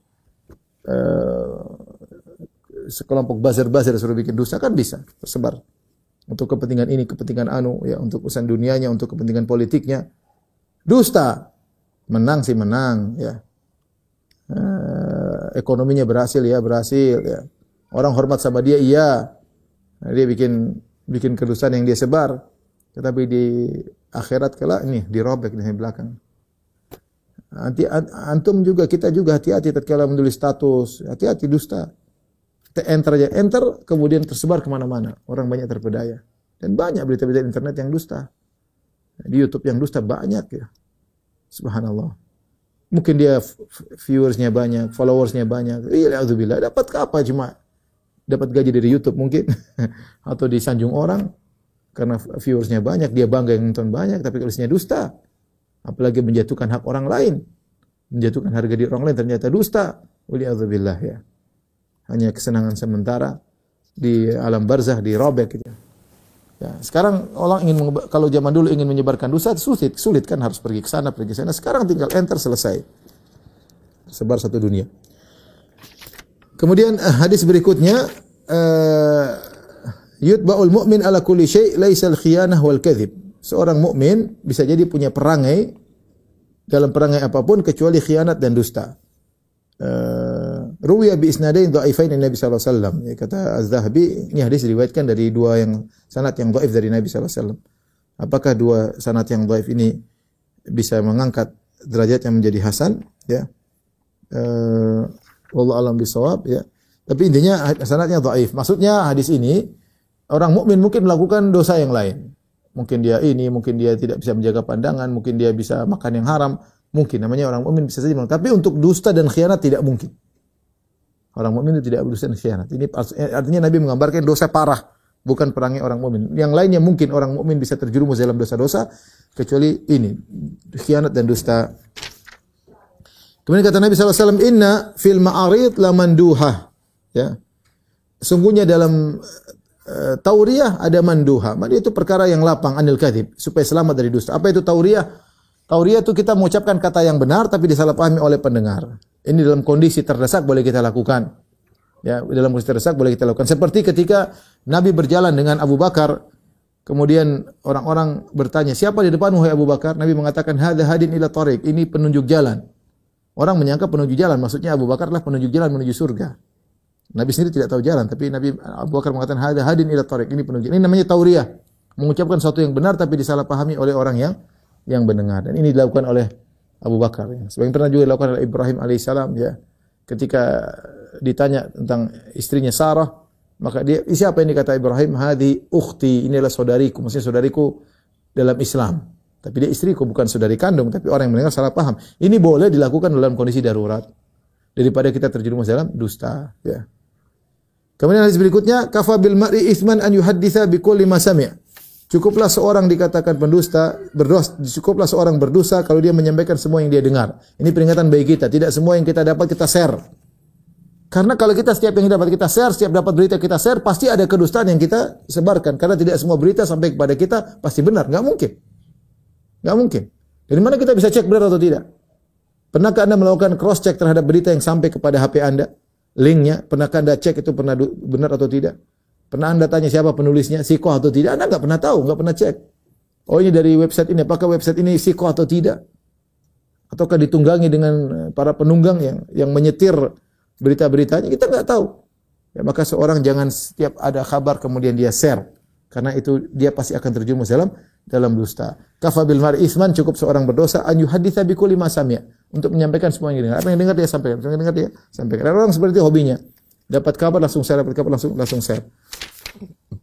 Speaker 2: sekelompok buzzer suruh bikin dosa, kan bisa tersebar. Untuk kepentingan ini, kepentingan anu, ya, untuk urusan dunianya, untuk kepentingan politiknya. Dusta. Menang sih menang, ya. Ekonominya berhasil ya, ya. Orang hormat sama dia, iya. Nah, dia bikin kedustaan yang dia sebar. Tetapi di akhirat kelak ini dirobek di belakang. Antum juga, kita juga hati-hati tatkala menulis status, hati-hati dusta. Kita enter aja, enter kemudian tersebar kemana-mana. Orang banyak terpedaya. Dan banyak berita-berita internet yang dusta. Di YouTube yang dusta banyak ya. Subhanallah. Mungkin dia viewersnya banyak, followersnya banyak. Alhamdulillah. Dapat apa? Cuma dapat gaji dari YouTube mungkin. Atau disanjung orang. Karena viewersnya banyak, dia bangga yang nonton banyak. Tapi kalau isinya dusta. Apalagi menjatuhkan hak orang lain. Menjatuhkan harga diri orang lain ternyata dusta. Alhamdulillah ya. Hanya kesenangan sementara di alam barzah dirobek gitu. Ya, sekarang orang kalau zaman dulu ingin menyebarkan dosa sulit kan, harus pergi ke sana, pergi ke sana. Sekarang tinggal enter, selesai. Sebar satu dunia. Kemudian hadis berikutnya, yutba'ul mu'min ala kulli syai' laisal khiyanah wal kadhib. Seorang mukmin bisa jadi punya perangai dalam perangai apapun kecuali khianat dan dusta. Ruwiya bi isnadain dha'ifain Nabi sallallahu alaihi wasallam. Ya, kata Az-Zahabi, ini hadis diriwayatkan dari dua yang sanad yang dhaif dari Nabi sallallahu alaihi wasallam. Apakah dua sanad yang dhaif ini bisa mengangkat derajatnya menjadi hasan? Ya. Wallahu a'lam bishawab ya. Tapi intinya sanadnya dhaif. Maksudnya hadis ini orang mukmin mungkin melakukan dosa yang lain. Mungkin dia tidak bisa menjaga pandangan, mungkin dia bisa makan yang haram. Mungkin namanya orang mukmin bisa saja, tapi untuk dusta dan khianat tidak mungkin. Orang mukmin itu tidak berdusta dan khianat. Ini artinya Nabi menggambarkan dosa parah, bukan perangai orang mukmin. Yang lainnya mungkin orang mukmin bisa terjerumus dalam dosa-dosa, kecuali ini khianat dan dusta. Kemudian kata Nabi SAW, inna fil ma'arid lamanduha. Ya, sungguhnya dalam tauriyah ada manduha. Manduha itu perkara yang lapang anil kadhib, supaya selamat dari dusta. Apa itu tauriyah? Tauriyah itu kita mengucapkan kata yang benar tapi disalahpahami oleh pendengar. Ini dalam kondisi terdesak boleh kita lakukan. Ya, dalam kondisi terdesak boleh kita lakukan. Seperti ketika Nabi berjalan dengan Abu Bakar, kemudian orang-orang bertanya, "Siapa di depan wahai Abu Bakar?" Nabi mengatakan, "Hadza hadin ila thariq." Ini penunjuk jalan. Orang menyangka penunjuk jalan, maksudnya Abu Bakar adalah penunjuk jalan menuju surga. Nabi sendiri tidak tahu jalan, tapi Abu Bakar mengatakan, "Hadza hadin ila thariq." Ini penunjuk. Ini namanya tauriyah. Mengucapkan sesuatu yang benar tapi disalahpahami oleh orang yang mendengar. Dan ini dilakukan oleh Abu Bakar. Ya. Sebagaimana pernah juga dilakukan oleh Ibrahim alaihissalam. Ya. Ketika ditanya tentang istrinya Sarah, maka dia, siapa ini, kata Ibrahim, hadi ukhti, inilah saudariku. Maksudnya saudariku dalam Islam. Tapi dia istriku, bukan saudari kandung. Tapi orang yang mendengar salah paham. Ini boleh dilakukan dalam kondisi darurat. Daripada kita terjerumus dalam dusta. Ya. Kemudian hadis berikutnya, kafa bil mar'i itsman an yuhadditsa bi kulli ma sami'. Cukuplah seorang dikatakan cukuplah seorang berdosa kalau dia menyampaikan semua yang dia dengar. Ini peringatan bagi kita, tidak semua yang kita dapat kita share. Karena kalau kita setiap yang dapat kita share, setiap dapat berita kita share, pasti ada kedustaan yang kita sebarkan. Karena tidak semua berita sampai kepada kita pasti benar, enggak mungkin. Enggak mungkin. Dari mana kita bisa cek benar atau tidak? Pernahkah Anda melakukan cross check terhadap berita yang sampai kepada HP Anda? Linknya, pernahkah Anda cek itu pernah benar atau tidak? Pernah Anda tanya siapa penulisnya, sikoh atau tidak? Anda nggak pernah tahu, nggak pernah cek. Oh, ini dari website ini, apakah website ini sikoh atau tidak? Ataukah ditunggangi dengan para penunggang yang menyetir berita-beritanya? Kita nggak tahu. Ya, maka seorang jangan setiap ada kabar kemudian dia share, karena itu dia pasti akan terjerumus dalam dusta. Kafa bil mar'i itsman, cukup seorang berdosa an yuhadditsa bi kulli ma sami'a, untuk menyampaikan semua yang didengar. Apa yang dengar dia sampaikan, apa yang dengar dia sampaikan. Ada orang seperti itu hobinya. Dapat kabar langsung share, dapat kabar langsung share.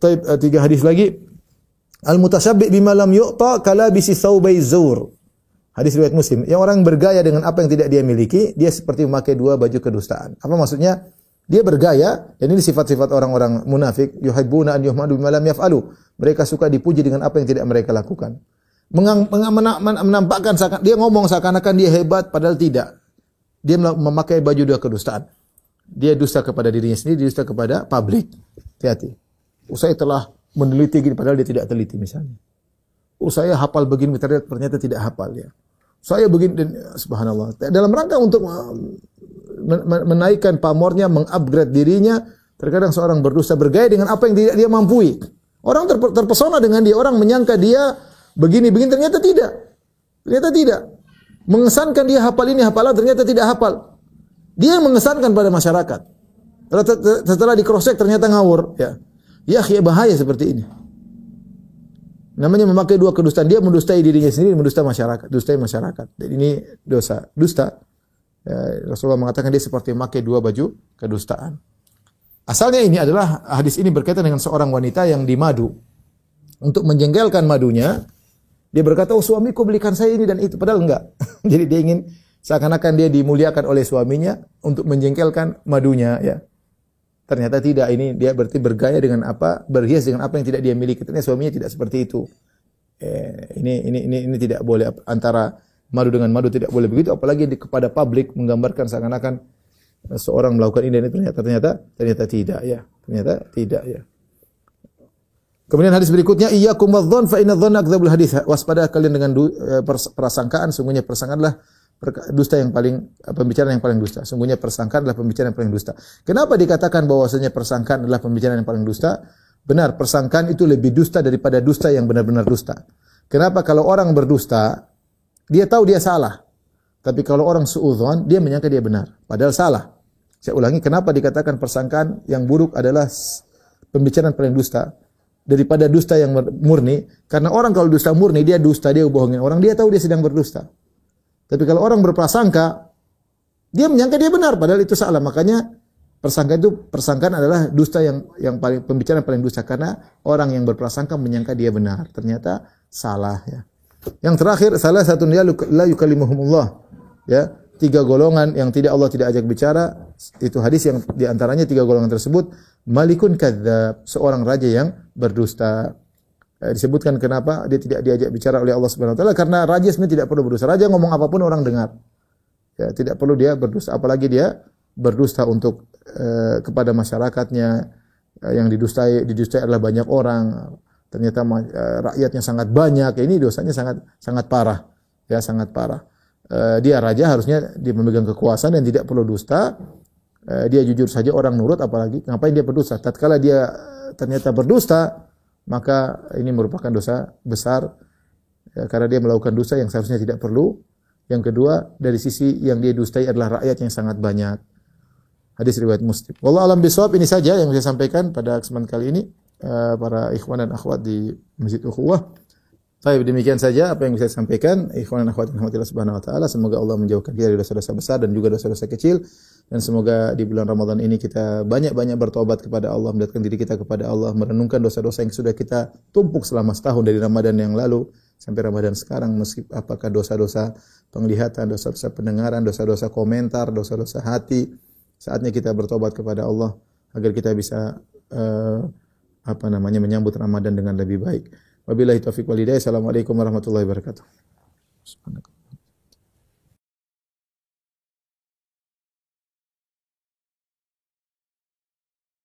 Speaker 2: tiga hadis lagi. Al-mutasyabbi' bima lam yu'ta kalabisi thawbai zur. Hadis riwayat Muslim. Yang orang bergaya dengan apa yang tidak dia miliki, dia seperti memakai dua baju kedustaan. Apa maksudnya? Dia bergaya, dan ini sifat-sifat orang-orang munafik. Yuhibbuna an yuhmadu bima lam yaf'alu. Mereka suka dipuji dengan apa yang tidak mereka lakukan. Menampakkan dia ngomong seakan-akan dia hebat, padahal tidak. Dia memakai baju dua kedustaan. Dia dusta kepada dirinya sendiri, dia dusta kepada publik. Hati-hati. Saya telah meneliti gini, padahal dia tidak teliti misalnya. Saya hafal begini, ternyata tidak hafal ya. Saya begini, dan subhanallah. Dalam rangka untuk menaikkan pamornya, mengupgrade dirinya, terkadang seorang berdusta bergaya dengan apa yang dia mampu. Orang terpesona dengan dia, orang menyangka dia begini-begini, ternyata tidak. Ternyata tidak. Mengesankan dia hafal ini, hafal itu, ternyata tidak hafal. Dia mengesankan pada masyarakat. Setelah di cross check ternyata ngawur, ya. Ya, bahaya seperti ini. Namanya memakai dua kedustaan. Dia mendustai dirinya sendiri, mendustai masyarakat, dustai masyarakat. Dan ini dosa, dusta. Ya, Rasulullah mengatakan dia seperti memakai dua baju kedustaan. Asalnya ini adalah hadis ini berkaitan dengan seorang wanita yang dimadu. Untuk menjengkelkan madunya, dia berkata, "Oh, suamiku belikan saya ini dan itu." Padahal enggak. Jadi dia ingin seakan-akan dia dimuliakan oleh suaminya untuk menjengkelkan madunya, ya. Ternyata tidak, ini dia berarti bergaya dengan apa, berhias dengan apa yang tidak dia miliki. Ternyata suaminya tidak seperti itu. Ini tidak boleh, antara madu dengan madu tidak boleh begitu, apalagi kepada publik menggambarkan seakan-akan seorang melakukan ini dan itu, ternyata tidak ya. Ternyata tidak ya. Kemudian hadis berikutnya, iyyakum wadh-dhann fa inna dhanna akdzabul hadits. Waspada kalian dengan prasangkaan, sungguhnya prasangkaan adalah dusta yang paling, pembicaraan yang paling dusta. Sungguhnya persangkaan adalah pembicaraan yang paling dusta. Kenapa dikatakan bahwasanya persangkaan adalah pembicaraan yang paling dusta? Benar, persangkaan itu lebih dusta daripada dusta yang benar-benar dusta. Kenapa? Kalau orang berdusta, dia tahu dia salah. Tapi kalau orang suudzon, dia menyangka dia benar, padahal salah. Saya ulangi, kenapa dikatakan persangkaan yang buruk adalah pembicaraan paling dusta daripada dusta yang murni? Karena orang kalau dusta murni, dia dusta, dia bohongin orang, dia tahu dia sedang berdusta. Tapi kalau orang berprasangka, dia menyangka dia benar, padahal itu salah. Makanya persangkaan adalah dusta yang paling, pembicaraan paling dusta, karena orang yang berprasangka menyangka dia benar, ternyata salah ya. Yang terakhir, salah satu la yukallimuhumullah. Ya, 3 golongan yang Allah tidak ajak bicara. Itu hadis yang diantaranya 3 golongan tersebut, malikun kadzdzab, seorang raja yang berdusta. Disebutkan kenapa dia tidak diajak bicara oleh Allah Subhanahu wa taala, karena raja sebenarnya tidak perlu berdusta. Raja ngomong apapun orang dengar. Ya, tidak perlu dia berdusta, apalagi dia berdusta untuk kepada masyarakatnya, yang didustai adalah banyak orang. Ternyata rakyatnya sangat banyak. Ini dosanya sangat parah. Ya, sangat parah. Dia raja, harusnya dia memegang kekuasaan dan tidak perlu dusta. Dia jujur saja, orang nurut, apalagi ngapain dia berdusta? Tatkala dia ternyata berdusta, maka ini merupakan dosa besar ya, karena dia melakukan dosa yang seharusnya tidak perlu. Yang kedua, dari sisi yang dia dustai adalah rakyat yang sangat banyak. Hadis riwayat Muslim. Wallahu alam bisawab. Ini saja yang saya sampaikan pada kesempatan kali ini, para ikhwan dan akhwat di Masjid Ukhuwah. Baik, demikian saja apa yang bisa saya sampaikan. Ikhwan dan akhwat rahmatillah subhanahu wa ta'ala. Semoga Allah menjauhkan kita dari dosa-dosa besar dan juga dosa-dosa kecil. Dan semoga di bulan Ramadan ini kita banyak-banyak bertobat kepada Allah, mendekatkan diri kita kepada Allah, merenungkan dosa-dosa yang sudah kita tumpuk selama setahun dari Ramadan yang lalu sampai Ramadan sekarang, apakah dosa-dosa penglihatan, dosa-dosa pendengaran, dosa-dosa komentar, dosa-dosa hati. Saatnya kita bertobat kepada Allah agar kita bisa menyambut Ramadan dengan lebih baik. Wabillahi taufiq wal hidayah. Assalamualaikum warahmatullahi wabarakatuh.